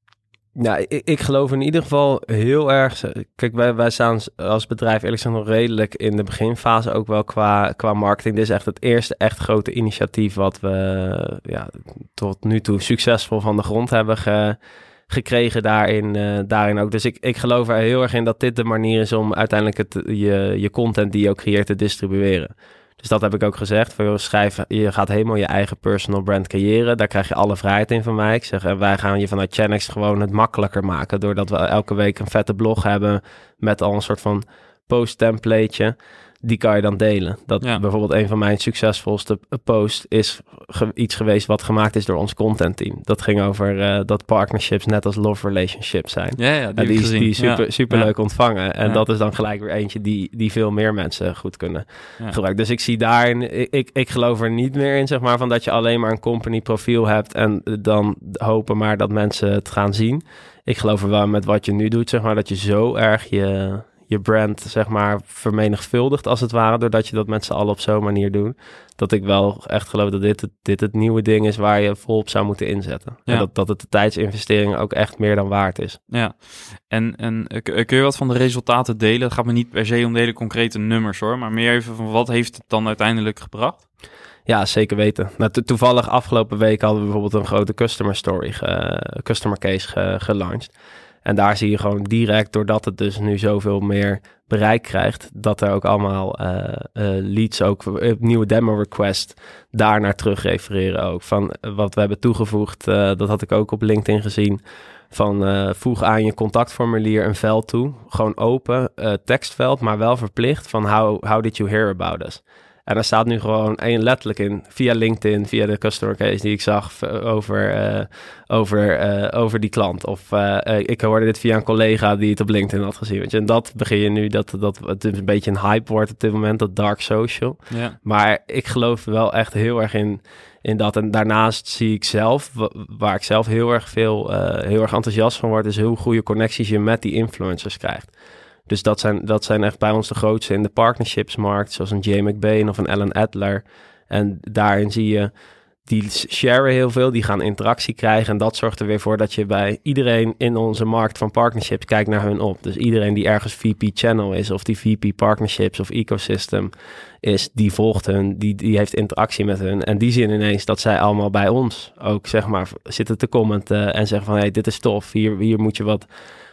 nou, ik, ik geloof in ieder geval heel erg. Kijk, wij, wij staan als bedrijf eerlijk gezegd nog redelijk in de beginfase ook wel qua, qua marketing. Dit is echt het eerste echt grote initiatief wat we ja, tot nu toe succesvol van de grond hebben ge, gekregen daarin, uh, daarin ook. Dus ik, ik geloof er heel erg in dat dit de manier is om uiteindelijk het, je, je content die je ook creëert te distribueren. Dus dat heb ik ook gezegd. Voor, joh, schrijf, je gaat helemaal je eigen personal brand creëren. Daar krijg je alle vrijheid in van mij. Ik zeg, wij gaan je vanuit Chanex gewoon het makkelijker maken. Doordat we elke week een vette blog hebben met al een soort van post-templateje. Die kan je dan delen. Dat ja. bijvoorbeeld een van mijn succesvolste posts is ge- iets geweest wat gemaakt is door ons contentteam. Dat ging over uh, dat partnerships net als love relationships zijn. Ja, ja, die, en die, gezien. die super, ja. super ja. leuk ontvangen. En ja. dat is dan gelijk weer eentje die, die veel meer mensen goed kunnen ja. gebruiken. Dus ik zie daarin, ik, ik, ik geloof er niet meer in, zeg maar, van dat je alleen maar een company profiel hebt en dan hopen maar dat mensen het gaan zien. Ik geloof er wel met wat je nu doet, zeg maar, dat je zo erg je... je brand, zeg maar, vermenigvuldigt als het ware, doordat je dat met z'n allen op zo'n manier doet, dat ik wel echt geloof dat dit het, dit het nieuwe ding is waar je volop zou moeten inzetten. Ja. En dat, dat het de tijdsinvestering ook echt meer dan waard is. Ja, en, en kun je wat van de resultaten delen? Het gaat me niet per se om de hele concrete nummers hoor, maar meer even van wat heeft het dan uiteindelijk gebracht? Ja, zeker weten. Nou, to- toevallig afgelopen week hadden we bijvoorbeeld een grote customer story, ge- customer case ge- gelanceerd. En daar zie je gewoon direct, doordat het dus nu zoveel meer bereik krijgt, dat er ook allemaal uh, uh, leads, ook uh, nieuwe demo request, daar naar terug refereren ook. Van uh, wat we hebben toegevoegd, uh, dat had ik ook op LinkedIn gezien, van uh, voeg aan je contactformulier een veld toe. Gewoon open, uh, tekstveld, maar wel verplicht van how, how did you hear about us? En er staat nu gewoon één letterlijk in, via LinkedIn, via de customer case die ik zag over, uh, over, uh, over die klant. Of uh, uh, ik hoorde dit via een collega die het op LinkedIn had gezien. Weet je? En dat begin je nu, dat, dat het een beetje een hype wordt op dit moment, dat dark social. Ja. Maar ik geloof wel echt heel erg in, in dat. En daarnaast zie ik zelf, waar ik zelf heel erg veel, uh, heel erg enthousiast van word, is hoe goede connecties je met die influencers krijgt. Dus dat zijn, dat zijn echt bij ons de grootste in de partnershipsmarkt, zoals een Jay McBain of een Alan Adler. En daarin zie je, die sharen heel veel, die gaan interactie krijgen. En dat zorgt er weer voor dat je bij iedereen in onze markt van partnerships kijkt naar hun op. Dus iedereen die ergens V P Channel is, of die V P Partnerships of Ecosystem is, die volgt hun, die, die heeft interactie met hun. En die zien ineens dat zij allemaal bij ons ook, zeg maar, zitten te commenten en zeggen van, hey, dit is tof, hier, hier moet je wat...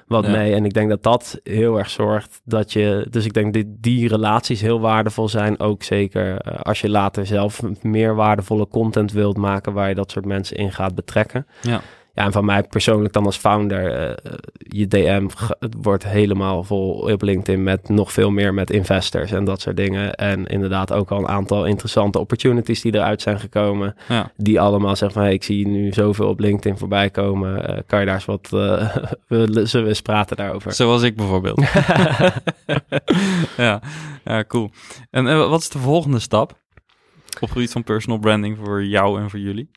wat Ja. mee. En ik denk dat dat heel erg zorgt dat je... Dus ik denk dat die relaties heel waardevol zijn. Ook zeker uh, als je later zelf meer waardevolle content wilt maken... waar je dat soort mensen in gaat betrekken. Ja. Ja, en van mij persoonlijk dan als founder... Uh, je D M g- het wordt helemaal vol op LinkedIn... met nog veel meer met investors en dat soort dingen. En inderdaad ook al een aantal interessante opportunities... die eruit zijn gekomen. Ja. Die allemaal zeggen van... Hey, ik zie nu zoveel op LinkedIn voorbij komen. Uh, kan je daar eens wat... Uh, we, zullen we eens praten daarover? Zoals ik bijvoorbeeld. ja. ja, cool. En uh, wat is de volgende stap op het gebied van personal branding voor jou en voor jullie?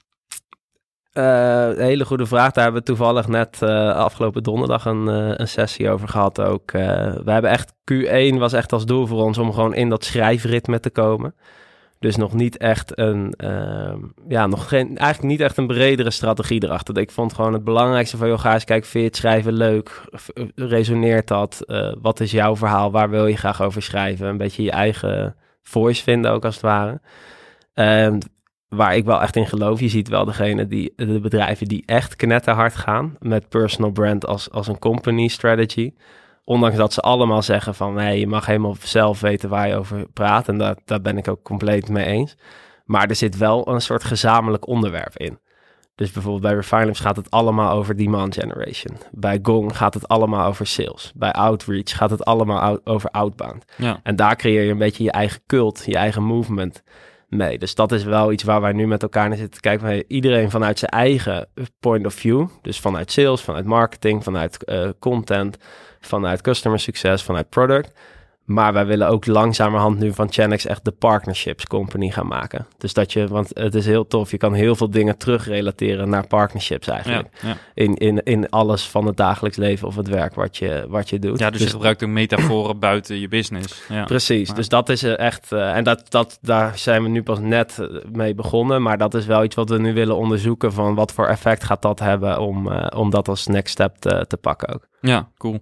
Uh, een hele goede vraag. Daar hebben we toevallig net uh, afgelopen donderdag een, uh, een sessie over gehad ook. Uh, we hebben echt Q één was echt als doel voor ons om gewoon in dat schrijfritme te komen. Dus nog niet echt een, uh, ja, nog geen, eigenlijk niet echt een bredere strategie erachter. Ik vond gewoon het belangrijkste van, joh, ga eens kijken, vind je het schrijven leuk? Resoneert dat? Uh, wat is jouw verhaal? Waar wil je graag over schrijven? Een beetje je eigen voice vinden ook als het ware. Uh, Waar ik wel echt in geloof, je ziet wel degene die, de bedrijven die echt knetterhard gaan met personal brand als, als een company strategy. Ondanks dat ze allemaal zeggen van, nee, je mag helemaal zelf weten waar je over praat. En daar, daar ben ik ook compleet mee eens. Maar er zit wel een soort gezamenlijk onderwerp in. Dus bijvoorbeeld bij Refinelamps gaat het allemaal over demand generation. Bij Gong gaat het allemaal over sales. Bij Outreach gaat het allemaal out, over outbound. Ja. En daar creëer je een beetje je eigen cult, je eigen movement mee. Dus dat is wel iets waar wij nu met elkaar naar zitten te kijken. Van, iedereen vanuit zijn eigen point of view. Dus vanuit sales, vanuit marketing, vanuit uh, content, vanuit customer succes, vanuit product. Maar wij willen ook langzamerhand nu van Chanex echt de partnerships company gaan maken. Dus dat je, want het is heel tof, je kan heel veel dingen terugrelateren naar partnerships eigenlijk. Ja, ja. In, in, in alles van het dagelijks leven of het werk wat je, wat je doet. Ja, dus, dus je gebruikt ook metaforen buiten je business. Ja. Precies, maar... dus dat is echt, uh, en dat, dat, daar zijn we nu pas net mee begonnen. Maar dat is wel iets wat we nu willen onderzoeken van wat voor effect gaat dat hebben om, uh, om dat als next step te, te pakken ook. Ja, cool.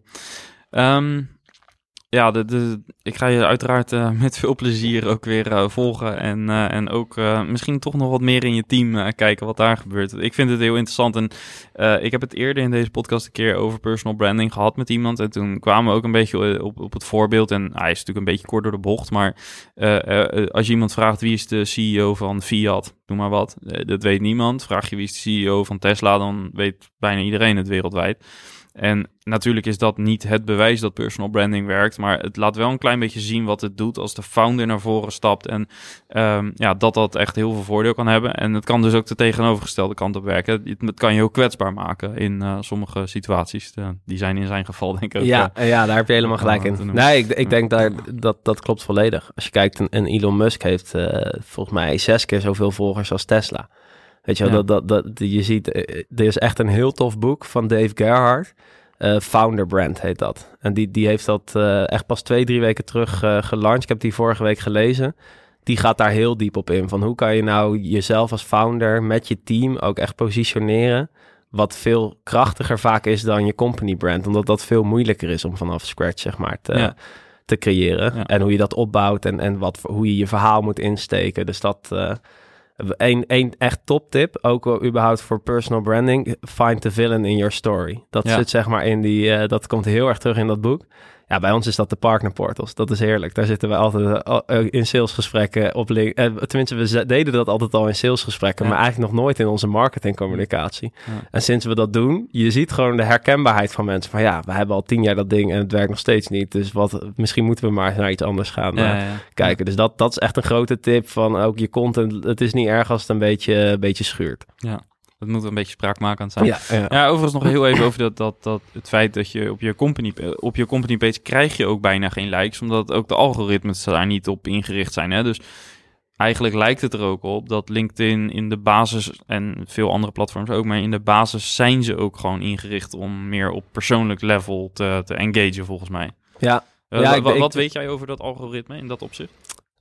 Um... Ja, de, de, ik ga je uiteraard uh, met veel plezier ook weer uh, volgen. En, uh, en ook uh, misschien toch nog wat meer in je team uh, kijken wat daar gebeurt. Ik vind het heel interessant. En uh, ik heb het eerder in deze podcast een keer over personal branding gehad met iemand. En toen kwamen we ook een beetje op, op het voorbeeld. En hij is natuurlijk een beetje kort door de bocht. Maar uh, uh, als je iemand vraagt wie is de C E O van Fiat, noem maar wat. Uh, dat weet niemand. Vraag je wie is de C E O van Tesla, dan weet bijna iedereen het wereldwijd. En natuurlijk is dat niet het bewijs dat personal branding werkt, maar het laat wel een klein beetje zien wat het doet als de founder naar voren stapt en um, ja, dat dat echt heel veel voordeel kan hebben. En het kan dus ook de tegenovergestelde kant op werken. Het, het kan je ook kwetsbaar maken in uh, sommige situaties. De, die zijn in zijn geval denk ik ook. Ja, uh, ja daar heb je helemaal gelijk in. Nee, ik, ik denk dat, dat dat klopt volledig. Als je kijkt, een Elon Musk heeft uh, volgens mij zes keer zoveel volgers als Tesla. Weet je wel, ja. dat, dat, dat, je ziet, er is echt een heel tof boek van Dave Gerhardt. Uh, Founder Brand heet dat. En die, die heeft dat uh, echt pas twee, drie weken terug uh, gelanceerd. Ik heb die vorige week gelezen. Die gaat daar heel diep op in. Van hoe kan je nou jezelf als founder met je team ook echt positioneren. Wat veel krachtiger vaak is dan je company brand. Omdat dat veel moeilijker is om vanaf scratch zeg maar te, ja. te creëren. Ja. En hoe je dat opbouwt en, en wat, hoe je je verhaal moet insteken. Dus dat... Uh, Een, een echt toptip, ook wel überhaupt voor personal branding, find the villain in your story. Dat ja. zit zeg maar in die, uh, dat komt heel erg terug in dat boek. Ja, bij ons is dat de partner portals. Dat is heerlijk. Daar zitten we altijd uh, in salesgesprekken op link. Uh, tenminste, we z- deden dat altijd al in salesgesprekken, ja. maar eigenlijk nog nooit in onze marketingcommunicatie. Ja. En sinds we dat doen, je ziet gewoon de herkenbaarheid van mensen. Van ja, we hebben al tien jaar dat ding en het werkt nog steeds niet. Dus wat, misschien moeten we maar naar iets anders gaan uh, ja, ja, ja. kijken. Ja. Dus dat, dat is echt een grote tip van ook je content. Het is niet erg als het een beetje, een beetje schuurt. Ja. Dat moet een beetje spraakmakend zijn. Ja, ja. ja, overigens nog heel even over dat, dat, dat het feit dat je op je company op je company page krijg je ook bijna geen likes, omdat ook de algoritmes daar niet op ingericht zijn. Hè? Dus eigenlijk lijkt het er ook op dat LinkedIn in de basis en veel andere platforms ook, maar in de basis zijn ze ook gewoon ingericht om meer op persoonlijk level te, te engagen volgens mij. Ja. Uh, ja w- ik, wat ik, weet jij over dat algoritme in dat opzicht?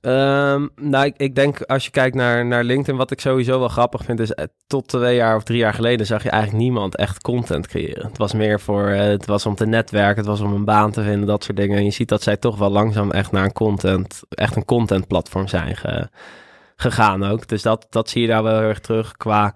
Um, nou, ik, ik denk als je kijkt naar, naar LinkedIn, wat ik sowieso wel grappig vind, is uh, tot twee jaar of drie jaar geleden zag je eigenlijk niemand echt content creëren. Het was meer voor, uh, het was om te netwerken, het was om een baan te vinden, dat soort dingen. En je ziet dat zij toch wel langzaam echt naar een content, echt een content platform zijn ge, gegaan ook. Dus dat, dat zie je daar wel heel erg terug qua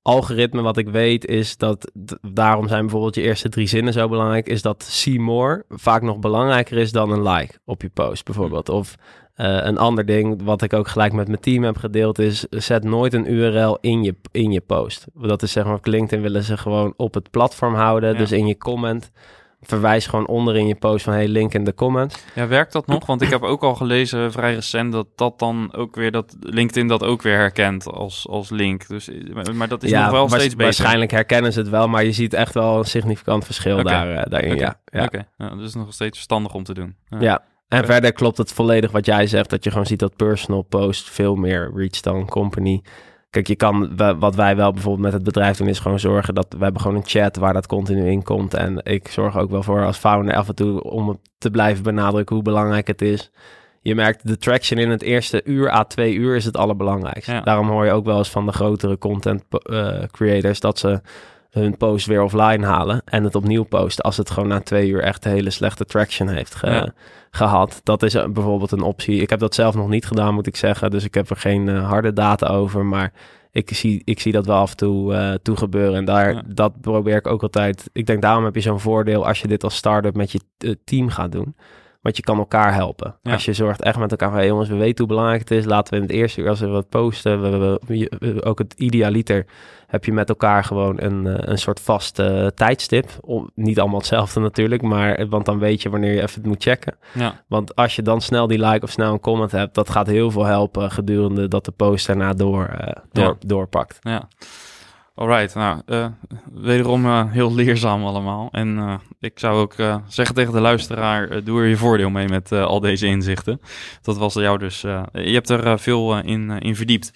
algoritme wat ik weet is dat, d- daarom zijn bijvoorbeeld je eerste drie zinnen zo belangrijk, is dat see more vaak nog belangrijker is dan een like op je post bijvoorbeeld. Of uh, een ander ding wat ik ook gelijk met mijn team heb gedeeld is, zet nooit een U R L in je, in je post. Dat is zeg maar, op LinkedIn willen ze gewoon op het platform houden, ja. Dus in je comment verwijs gewoon onder in je post van hey, link in de comment. Ja, werkt dat nog? Want ik heb ook al gelezen vrij recent dat dat dan ook weer, dat LinkedIn dat ook weer herkent als, als link. Dus, maar dat is ja, nog wel steeds beter. Waarschijnlijk herkennen ze het wel, maar je ziet echt wel een significant verschil okay. daar, uh, daarin. Okay. Ja, ja. Oké, okay. Ja, dus nog steeds verstandig om te doen. Ja, ja. En okay. verder klopt het volledig wat jij zegt, dat je gewoon ziet dat personal post veel meer reach dan company. Kijk, je kan, wat wij wel bijvoorbeeld met het bedrijf doen, is gewoon zorgen dat we hebben gewoon een chat waar dat continu in komt. En ik zorg ook wel voor als founder af en toe om te blijven benadrukken hoe belangrijk het is. Je merkt de traction in het eerste uur à twee uur is het allerbelangrijkste. Ja. Daarom hoor je ook wel eens van de grotere content uh, creators dat ze hun post weer offline halen en het opnieuw posten als het gewoon na twee uur echt hele slechte traction heeft ge- ja. gehad. Dat is bijvoorbeeld een optie. Ik heb dat zelf nog niet gedaan, moet ik zeggen, dus ik heb er geen uh, harde data over, maar ik zie, ik zie dat wel af en toe, uh, toe gebeuren en daar, ja. dat probeer ik ook altijd. Ik denk daarom heb je zo'n voordeel als je dit als start-up met je uh, team gaat doen. Want je kan elkaar helpen. Ja. Als je zorgt echt met elkaar van, hey jongens, we weten hoe belangrijk het is. Laten we in het eerste uur, als we wat posten, we, we, we, we, ook het idealiter, heb je met elkaar gewoon een, een soort vaste uh, tijdstip. Om, niet allemaal hetzelfde natuurlijk, maar want dan weet je wanneer je even het moet checken. Ja. Want als je dan snel die like of snel een comment hebt, dat gaat heel veel helpen gedurende dat de post daarna door, uh, door, ja. doorpakt. Ja. Alright, nou, uh, wederom uh, heel leerzaam allemaal. En uh, ik zou ook uh, zeggen tegen de luisteraar, uh, doe er je voordeel mee met uh, al deze inzichten. Dat was jou dus, uh, je hebt er uh, veel uh, in, uh, in verdiept.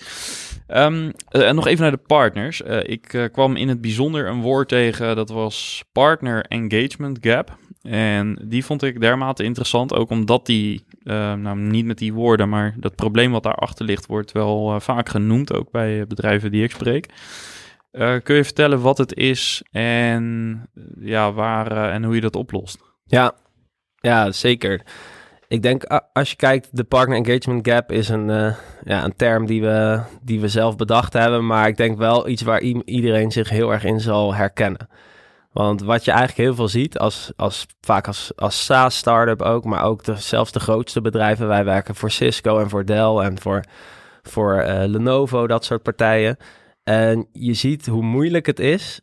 Um, uh, en nog even naar de partners. Uh, ik uh, kwam in het bijzonder een woord tegen, dat was Partner Engagement Gap. En die vond ik dermate interessant, ook omdat die, uh, nou niet met die woorden, maar dat probleem wat daarachter ligt, wordt wel uh, vaak genoemd, ook bij uh, bedrijven die ik spreek. Uh, kun je vertellen wat het is en, ja, waar, uh, en hoe je dat oplost? Ja, ja, zeker. Ik denk, uh, als je kijkt, de Partner Engagement Gap is een, uh, ja, een term die we, die we zelf bedacht hebben, maar ik denk wel iets waar i- iedereen zich heel erg in zal herkennen. Want wat je eigenlijk heel veel ziet, als, als, vaak als, als SaaS-startup ook, maar ook de, zelfs de grootste bedrijven. Wij werken voor Cisco en voor Dell en voor, voor uh, Lenovo, dat soort partijen. En je ziet hoe moeilijk het is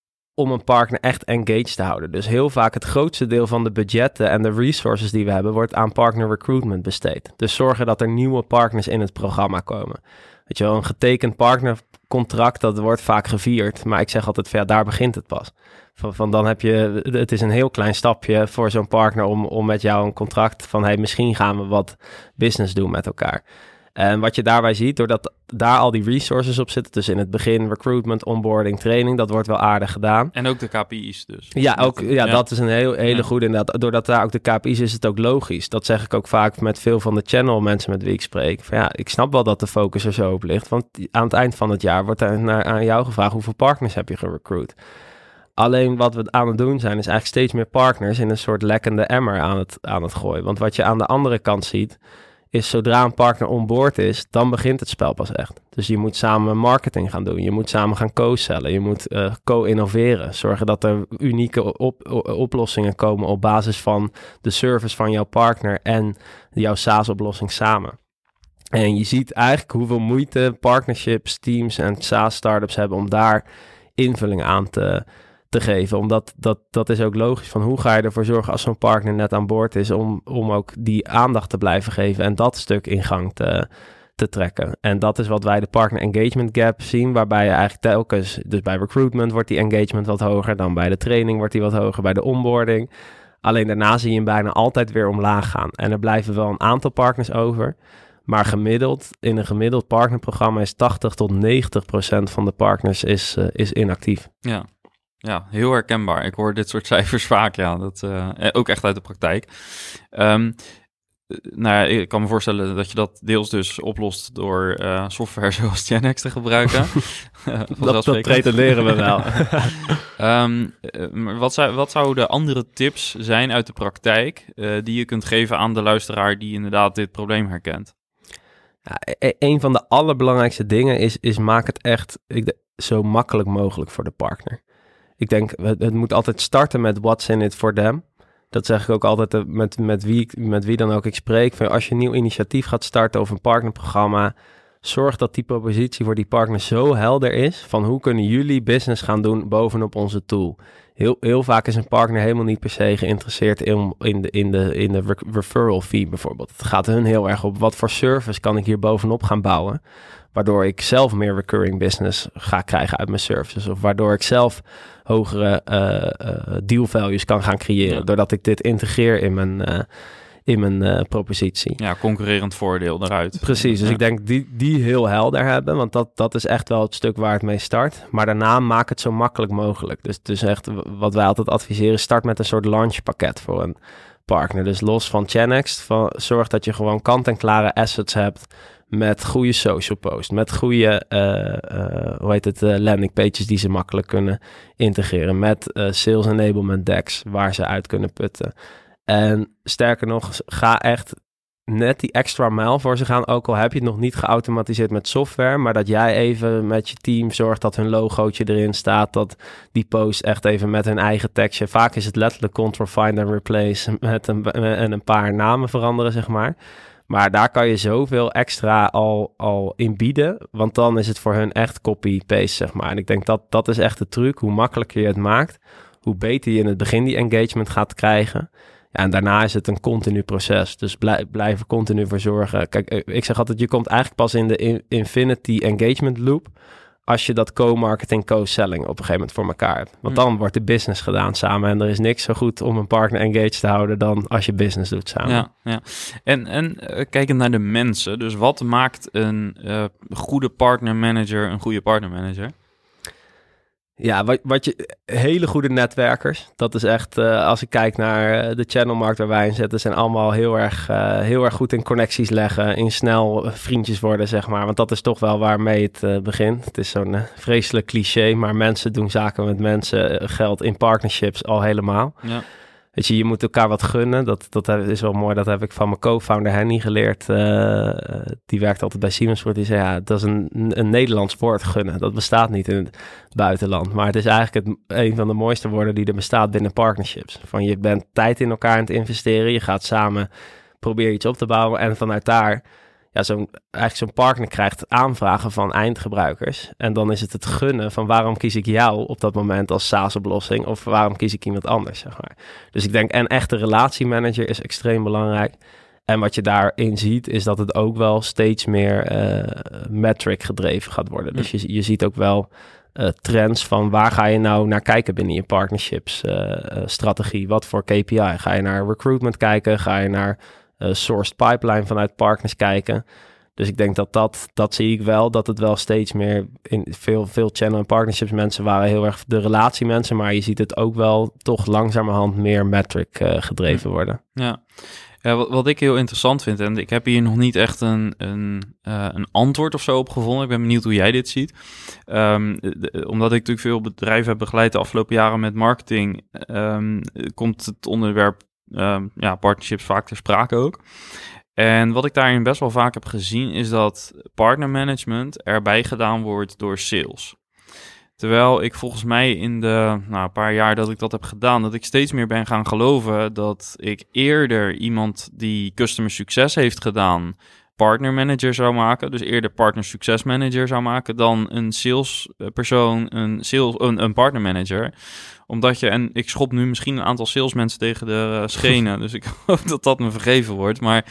om een partner echt engaged te houden. Dus heel vaak het grootste deel van de budgetten en de resources die we hebben, wordt aan partner recruitment besteed. Dus zorgen dat er nieuwe partners in het programma komen. Weet je wel, een getekend partnercontract, dat wordt vaak gevierd. Maar ik zeg altijd, van, ja, daar begint het pas. Van, van dan heb je, het is een heel klein stapje voor zo'n partner om, om met jou een contract van, hey, misschien gaan we wat business doen met elkaar. En wat je daarbij ziet, doordat daar al die resources op zitten, dus in het begin recruitment, onboarding, training, dat wordt wel aardig gedaan. En ook de K P I's dus. Ja, ook, ja, ja. dat is een heel, hele ja. goede inderdaad. Doordat daar ook de K P I's is het ook logisch. Dat zeg ik ook vaak met veel van de channel mensen met wie ik spreek. Van, ja, ik snap wel dat de focus er zo op ligt, want aan het eind van het jaar wordt er naar, aan jou gevraagd hoeveel partners heb je gerecruit. Alleen wat we aan het doen zijn, is eigenlijk steeds meer partners in een soort lekkende emmer aan het, aan het gooien. Want wat je aan de andere kant ziet, is zodra een partner onboard is, dan begint het spel pas echt. Dus je moet samen marketing gaan doen. Je moet samen gaan co-sellen. Je moet uh, co-innoveren. Zorgen dat er unieke op, op, oplossingen komen op basis van de service van jouw partner en jouw SaaS-oplossing samen. En je ziet eigenlijk hoeveel moeite partnerships, teams en SaaS-startups hebben om daar invulling aan te te geven, omdat dat, dat is ook logisch van hoe ga je ervoor zorgen als zo'n partner net aan boord is om, om ook die aandacht te blijven geven en dat stuk in gang te, te trekken. En dat is wat wij de partner engagement gap zien, waarbij je eigenlijk telkens, dus bij recruitment wordt die engagement wat hoger, dan bij de training wordt die wat hoger, bij de onboarding. Alleen daarna zie je hem bijna altijd weer omlaag gaan. En er blijven wel een aantal partners over, maar gemiddeld, in een gemiddeld partnerprogramma is tachtig tot negentig procent van de partners is, uh, is inactief. Ja. Ja, heel herkenbaar. Ik hoor dit soort cijfers vaak, ja. Dat, uh, ook echt uit de praktijk. Um, nou ja, ik kan me voorstellen dat je dat deels dus oplost door uh, software zoals Genex te gebruiken. dat, dat pretenderen we wel. um, maar wat, zou, wat zouden andere tips zijn uit de praktijk uh, die je kunt geven aan de luisteraar die inderdaad dit probleem herkent? Ja, e- een van de allerbelangrijkste dingen is, is maak het echt ik de, zo makkelijk mogelijk voor de partner. Ik denk, het, het moet altijd starten met what's in it for them. Dat zeg ik ook altijd met, met, wie, met wie dan ook ik spreek. Van als je een nieuw initiatief gaat starten of een partnerprogramma, zorg dat die propositie voor die partner zo helder is van hoe kunnen jullie business gaan doen bovenop onze tool. Heel, heel vaak is een partner helemaal niet per se geïnteresseerd in, in, de, in, de, in de referral fee bijvoorbeeld. Het gaat hun heel erg op wat voor service kan ik hier bovenop gaan bouwen, waardoor ik zelf meer recurring business ga krijgen uit mijn services. Of waardoor ik zelf hogere uh, uh, deal values kan gaan creëren, ja. doordat ik dit integreer in mijn... Uh, in mijn uh, propositie. Ja, concurrerend voordeel eruit. Precies, dus ja. ik denk die, die heel helder hebben, want dat, dat is echt wel het stuk waar het mee start. Maar daarna maak het zo makkelijk mogelijk. Dus, dus echt wat wij altijd adviseren, start met een soort launchpakket voor een partner. Dus los van Chanext, van, zorg dat je gewoon kant-en-klare assets hebt met goede social posts, met goede uh, uh, hoe heet het, uh, landing pages die ze makkelijk kunnen integreren, met uh, sales enablement decks waar ze uit kunnen putten. En sterker nog, ga echt net die extra mijl voor ze gaan. Ook al heb je het nog niet geautomatiseerd met software, maar dat jij even met je team zorgt dat hun logootje erin staat, dat die post echt even met hun eigen tekstje. Vaak is het letterlijk control find and replace met een, en een paar namen veranderen, zeg maar. Maar daar kan je zoveel extra al, al in bieden, want dan is het voor hun echt copy-paste, zeg maar. En ik denk dat dat is echt de truc. Hoe makkelijker je het maakt, hoe beter je in het begin die engagement gaat krijgen. Ja, en daarna is het een continu proces. Dus blij, blijf er continu voor zorgen. Kijk, ik zeg altijd, je komt eigenlijk pas in de in, infinity engagement loop als je dat co-marketing, co-selling op een gegeven moment voor elkaar hebt. Want dan wordt de business gedaan samen. En er is niks zo goed om een partner engaged te houden dan als je business doet samen. Ja, ja. En, en uh, kijkend naar de mensen. Dus wat maakt een uh, goede partnermanager een goede partnermanager? Ja, wat, wat je, hele goede netwerkers. Dat is echt, uh, als ik kijk naar de channelmarkt waar wij in zitten, zijn allemaal heel erg, uh, heel erg goed in connecties leggen, in snel vriendjes worden, zeg maar. Want dat is toch wel waarmee het uh, begint. Het is zo'n uh, vreselijk cliché, maar mensen doen zaken met mensen, uh, geld in partnerships al helemaal. Ja. Weet je, je moet elkaar wat gunnen. Dat, dat is wel mooi. Dat heb ik van mijn co-founder Henny geleerd. Uh, die werkt altijd bij Siemens. Die zei, ja, dat is een, een Nederlands woord, gunnen. Dat bestaat niet in het buitenland. Maar het is eigenlijk het, een van de mooiste woorden die er bestaat binnen partnerships. Van je bent tijd in elkaar aan het investeren. Je gaat samen proberen iets op te bouwen. En vanuit daar, ja, zo'n, eigenlijk zo'n partner krijgt aanvragen van eindgebruikers. En dan is het het gunnen van waarom kies ik jou op dat moment als SaaS-oplossing of waarom kies ik iemand anders, zeg maar. Dus ik denk, een echte relatiemanager is extreem belangrijk. En wat je daarin ziet, is dat het ook wel steeds meer uh, metric gedreven gaat worden. Dus je, je ziet ook wel uh, trends van waar ga je nou naar kijken binnen je partnerships uh, uh, strategie. Wat voor K P I? Ga je naar recruitment kijken? Ga je naar Uh, sourced pipeline vanuit partners kijken. Dus ik denk dat dat, dat zie ik wel, dat het wel steeds meer in veel, veel channel en partnerships mensen waren heel erg de relatiemensen, maar je ziet het ook wel toch langzamerhand meer metric uh, gedreven worden. Ja, ja wat, wat ik heel interessant vind, en ik heb hier nog niet echt een, een, uh, een antwoord of zo op gevonden. Ik ben benieuwd hoe jij dit ziet. Um, de, omdat ik natuurlijk veel bedrijven heb begeleid de afgelopen jaren met marketing, um, komt het onderwerp Um, ja, partnerships vaak ter sprake ook. En wat ik daarin best wel vaak heb gezien is dat partnermanagement erbij gedaan wordt door sales. Terwijl ik volgens mij in de nou, een paar jaar dat ik dat heb gedaan, dat ik steeds meer ben gaan geloven dat ik eerder iemand die customer succes heeft gedaan partner manager zou maken, dus eerder partner succes manager zou maken dan een salespersoon, een sales, een, een partner manager. Omdat je, en ik schop nu misschien een aantal salesmensen tegen de uh, schenen, dus ik hoop dat dat me vergeven wordt, maar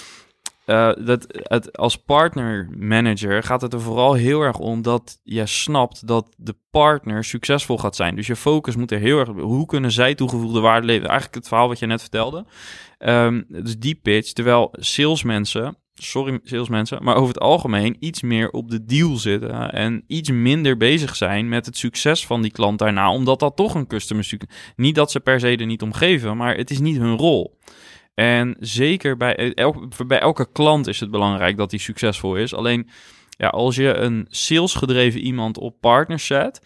uh, dat, het, als partner manager gaat het er vooral heel erg om dat je snapt dat de partner succesvol gaat zijn. Dus je focus moet er heel erg op, hoe kunnen zij toegevoegde waarde leveren? Eigenlijk het verhaal wat je net vertelde. Um, dus die pitch, terwijl salesmensen, sorry salesmensen, maar over het algemeen iets meer op de deal zitten en iets minder bezig zijn met het succes van die klant daarna, omdat dat toch een customer succes, niet dat ze per se er niet om geven, maar het is niet hun rol. En zeker bij, el, bij elke klant is het belangrijk dat die succesvol is. Alleen, ja, als je een salesgedreven iemand op partners zet,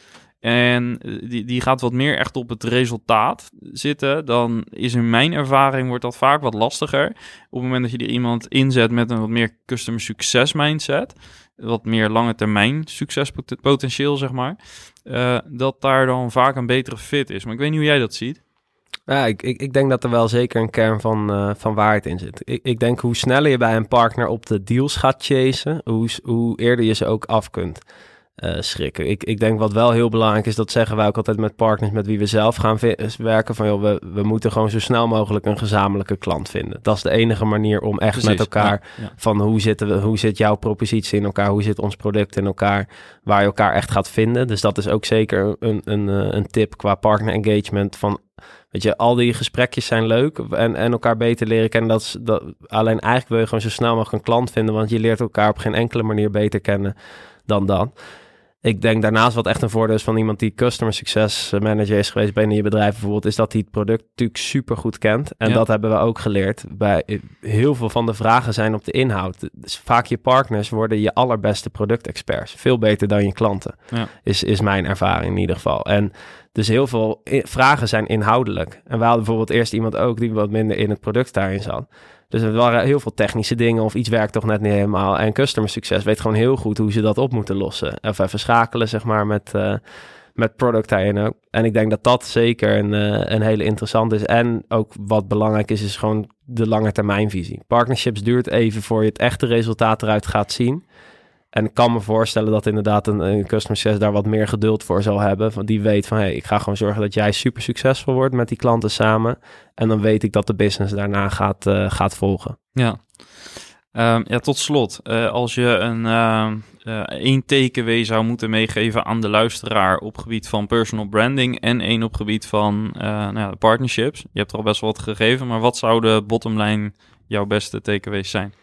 en die, die gaat wat meer echt op het resultaat zitten, dan is in mijn ervaring wordt dat vaak wat lastiger. Op het moment dat je er iemand inzet met een wat meer customer succes mindset, wat meer lange termijn succespotentieel, zeg maar, uh, dat daar dan vaak een betere fit is. Maar ik weet niet hoe jij dat ziet. Ja, ik, ik, ik denk dat er wel zeker een kern van, uh, van waarheid in zit. Ik, ik denk hoe sneller je bij een partner op de deals gaat chasen, hoe, hoe eerder je ze ook af kunt uh, schrikken. Ik, ik denk wat wel heel belangrijk is, dat zeggen wij ook altijd met partners met wie we zelf gaan vi- werken, van joh, we, we moeten gewoon zo snel mogelijk een gezamenlijke klant vinden. Dat is de enige manier om echt Precies, met elkaar, ja, ja. van hoe, zitten we, hoe zit jouw propositie in elkaar, hoe zit ons product in elkaar, waar je elkaar echt gaat vinden. Dus dat is ook zeker een, een, een tip qua partner engagement van, weet je, al die gesprekjes zijn leuk en, en elkaar beter leren kennen. Dat is, dat, alleen eigenlijk wil je gewoon zo snel mogelijk een klant vinden, want je leert elkaar op geen enkele manier beter kennen dan dan. Ik denk daarnaast wat echt een voordeel is van iemand die customer success manager is geweest binnen je bedrijf bijvoorbeeld, is dat hij het product natuurlijk super goed kent. En ja. dat hebben we ook geleerd. Bij heel veel van de vragen zijn op de inhoud. Dus vaak je partners worden je allerbeste productexperts. Veel beter dan je klanten. Ja. Is, is mijn ervaring in ieder geval. En dus heel veel i- vragen zijn inhoudelijk. En we hadden bijvoorbeeld eerst iemand ook die wat minder in het product daarin zat. Dus er waren heel veel technische dingen of iets werkt toch net niet helemaal. En customer succes weet gewoon heel goed hoe ze dat op moeten lossen. Of even schakelen, zeg maar, met, uh, met product daarin ook. En ik denk dat dat zeker een, uh, een hele interessante is. En ook wat belangrijk is, is gewoon de lange termijnvisie. Partnerships duurt even voor je het echte resultaat eruit gaat zien. En ik kan me voorstellen dat inderdaad een, een customer succes daar wat meer geduld voor zal hebben. Want die weet van, hé, hey, ik ga gewoon zorgen dat jij super succesvol wordt met die klanten samen. En dan weet ik dat de business daarna gaat, uh, gaat volgen. Ja. Um, ja, tot slot. Uh, als je een uh, uh, één takeaway zou moeten meegeven aan de luisteraar op gebied van personal branding en één op gebied van uh, nou ja, partnerships. Je hebt er al best wel wat gegeven, maar wat zou de bottomline jouw beste takeaways zijn?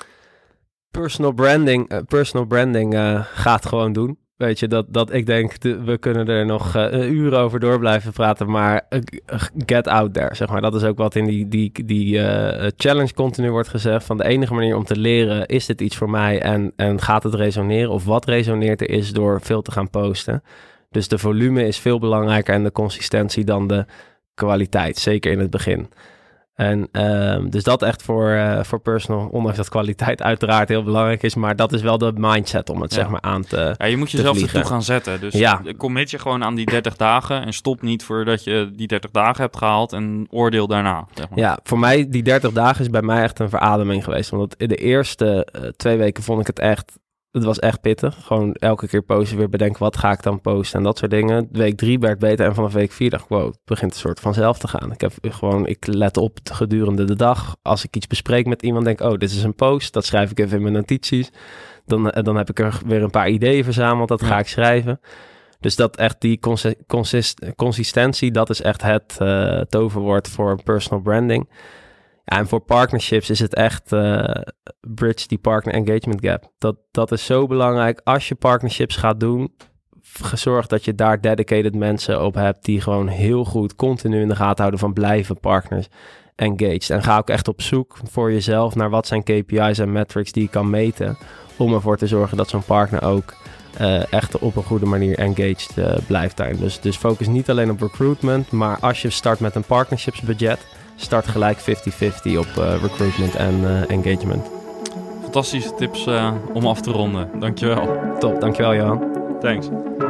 Personal branding, uh, personal branding uh, gaat gewoon doen. Weet je, dat, dat ik denk, de, we kunnen er nog uh, een uur over door blijven praten, maar uh, get out there, zeg maar. Dat is ook wat in die, die, die uh, challenge continu wordt gezegd. Van de enige manier om te leren, is dit iets voor mij en, en gaat het resoneren? Of wat resoneert er is door veel te gaan posten. Dus de volume is veel belangrijker en de consistentie dan de kwaliteit, zeker in het begin. En um, dus dat echt voor, uh, voor personal, ondanks dat kwaliteit uiteraard heel belangrijk is, maar dat is wel de mindset om het ja. zeg maar aan te Ja, je moet jezelf ertoe gaan zetten. Dus ja. commit je gewoon aan die dertig dagen en stop niet voordat je die dertig dagen hebt gehaald en oordeel daarna. Zeg maar. Ja, voor mij die dertig dagen is bij mij echt een verademing geweest. Want in de eerste uh, twee weken vond ik het echt, het was echt pittig. Gewoon elke keer posten, weer bedenken wat ga ik dan posten en dat soort dingen. Week drie werd beter en vanaf week vier dacht ik, wow, het begint een soort vanzelf te gaan. Ik heb gewoon, ik let op gedurende de dag. Als ik iets bespreek met iemand, denk ik, oh, dit is een post. Dat schrijf ik even in mijn notities. Dan, dan heb ik er weer een paar ideeën verzameld. Dat ga ik schrijven. Dus dat echt die consi- consist- consistentie, dat is echt het uh, toverwoord voor personal branding. Ja, en voor partnerships is het echt uh, bridge die partner engagement gap. Dat, dat is zo belangrijk. Als je partnerships gaat doen, zorg dat je daar dedicated mensen op hebt die gewoon heel goed continu in de gaten houden van blijven partners engaged. En ga ook echt op zoek voor jezelf naar wat zijn K P I's en metrics die je kan meten om ervoor te zorgen dat zo'n partner ook uh, echt op een goede manier engaged uh, blijft daarin. Dus, dus focus niet alleen op recruitment, maar als je start met een partnerships budget, start gelijk vijftig vijftig op uh, recruitment en uh, engagement. Fantastische tips uh, om af te ronden. Dankjewel. Top, dankjewel Johan. Thanks.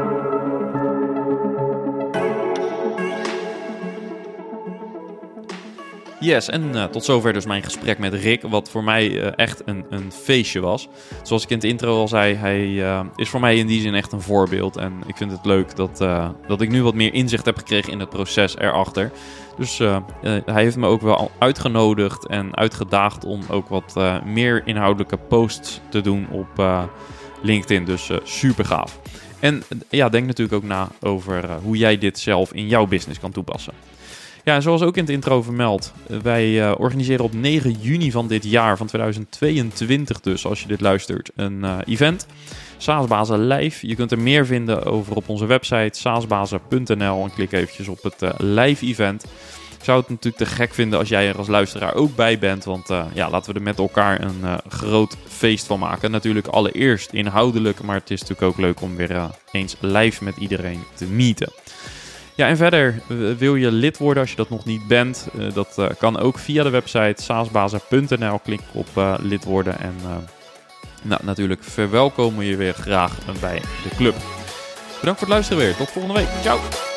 Yes, en uh, tot zover dus mijn gesprek met Rick, wat voor mij uh, echt een, een feestje was. Zoals ik in het intro al zei, hij uh, is voor mij in die zin echt een voorbeeld. En ik vind het leuk dat, uh, dat ik nu wat meer inzicht heb gekregen in het proces erachter. Dus uh, uh, hij heeft me ook wel uitgenodigd en uitgedaagd om ook wat uh, meer inhoudelijke posts te doen op uh, LinkedIn. Dus uh, super gaaf. En uh, ja, denk natuurlijk ook na over uh, hoe jij dit zelf in jouw business kan toepassen. Ja, en zoals ook in het intro vermeld, wij uh, organiseren op negen juni van dit jaar, van tweeduizend tweeëntwintig dus, als je dit luistert, een uh, event. SaaSbazen Live. Je kunt er meer vinden over op onze website saasbazen punt n l en klik eventjes op het uh, live event. Ik zou het natuurlijk te gek vinden als jij er als luisteraar ook bij bent. Want uh, ja, laten we er met elkaar een uh, groot feest van maken. Natuurlijk allereerst inhoudelijk, maar het is natuurlijk ook leuk om weer uh, eens live met iedereen te meeten. Ja, en verder uh, wil je lid worden als je dat nog niet bent. Uh, dat uh, kan ook via de website saasbazen punt n l. Klik op uh, lid worden en uh, nou, natuurlijk verwelkomen je weer graag bij de club. Bedankt voor het luisteren weer. Tot volgende week. Ciao!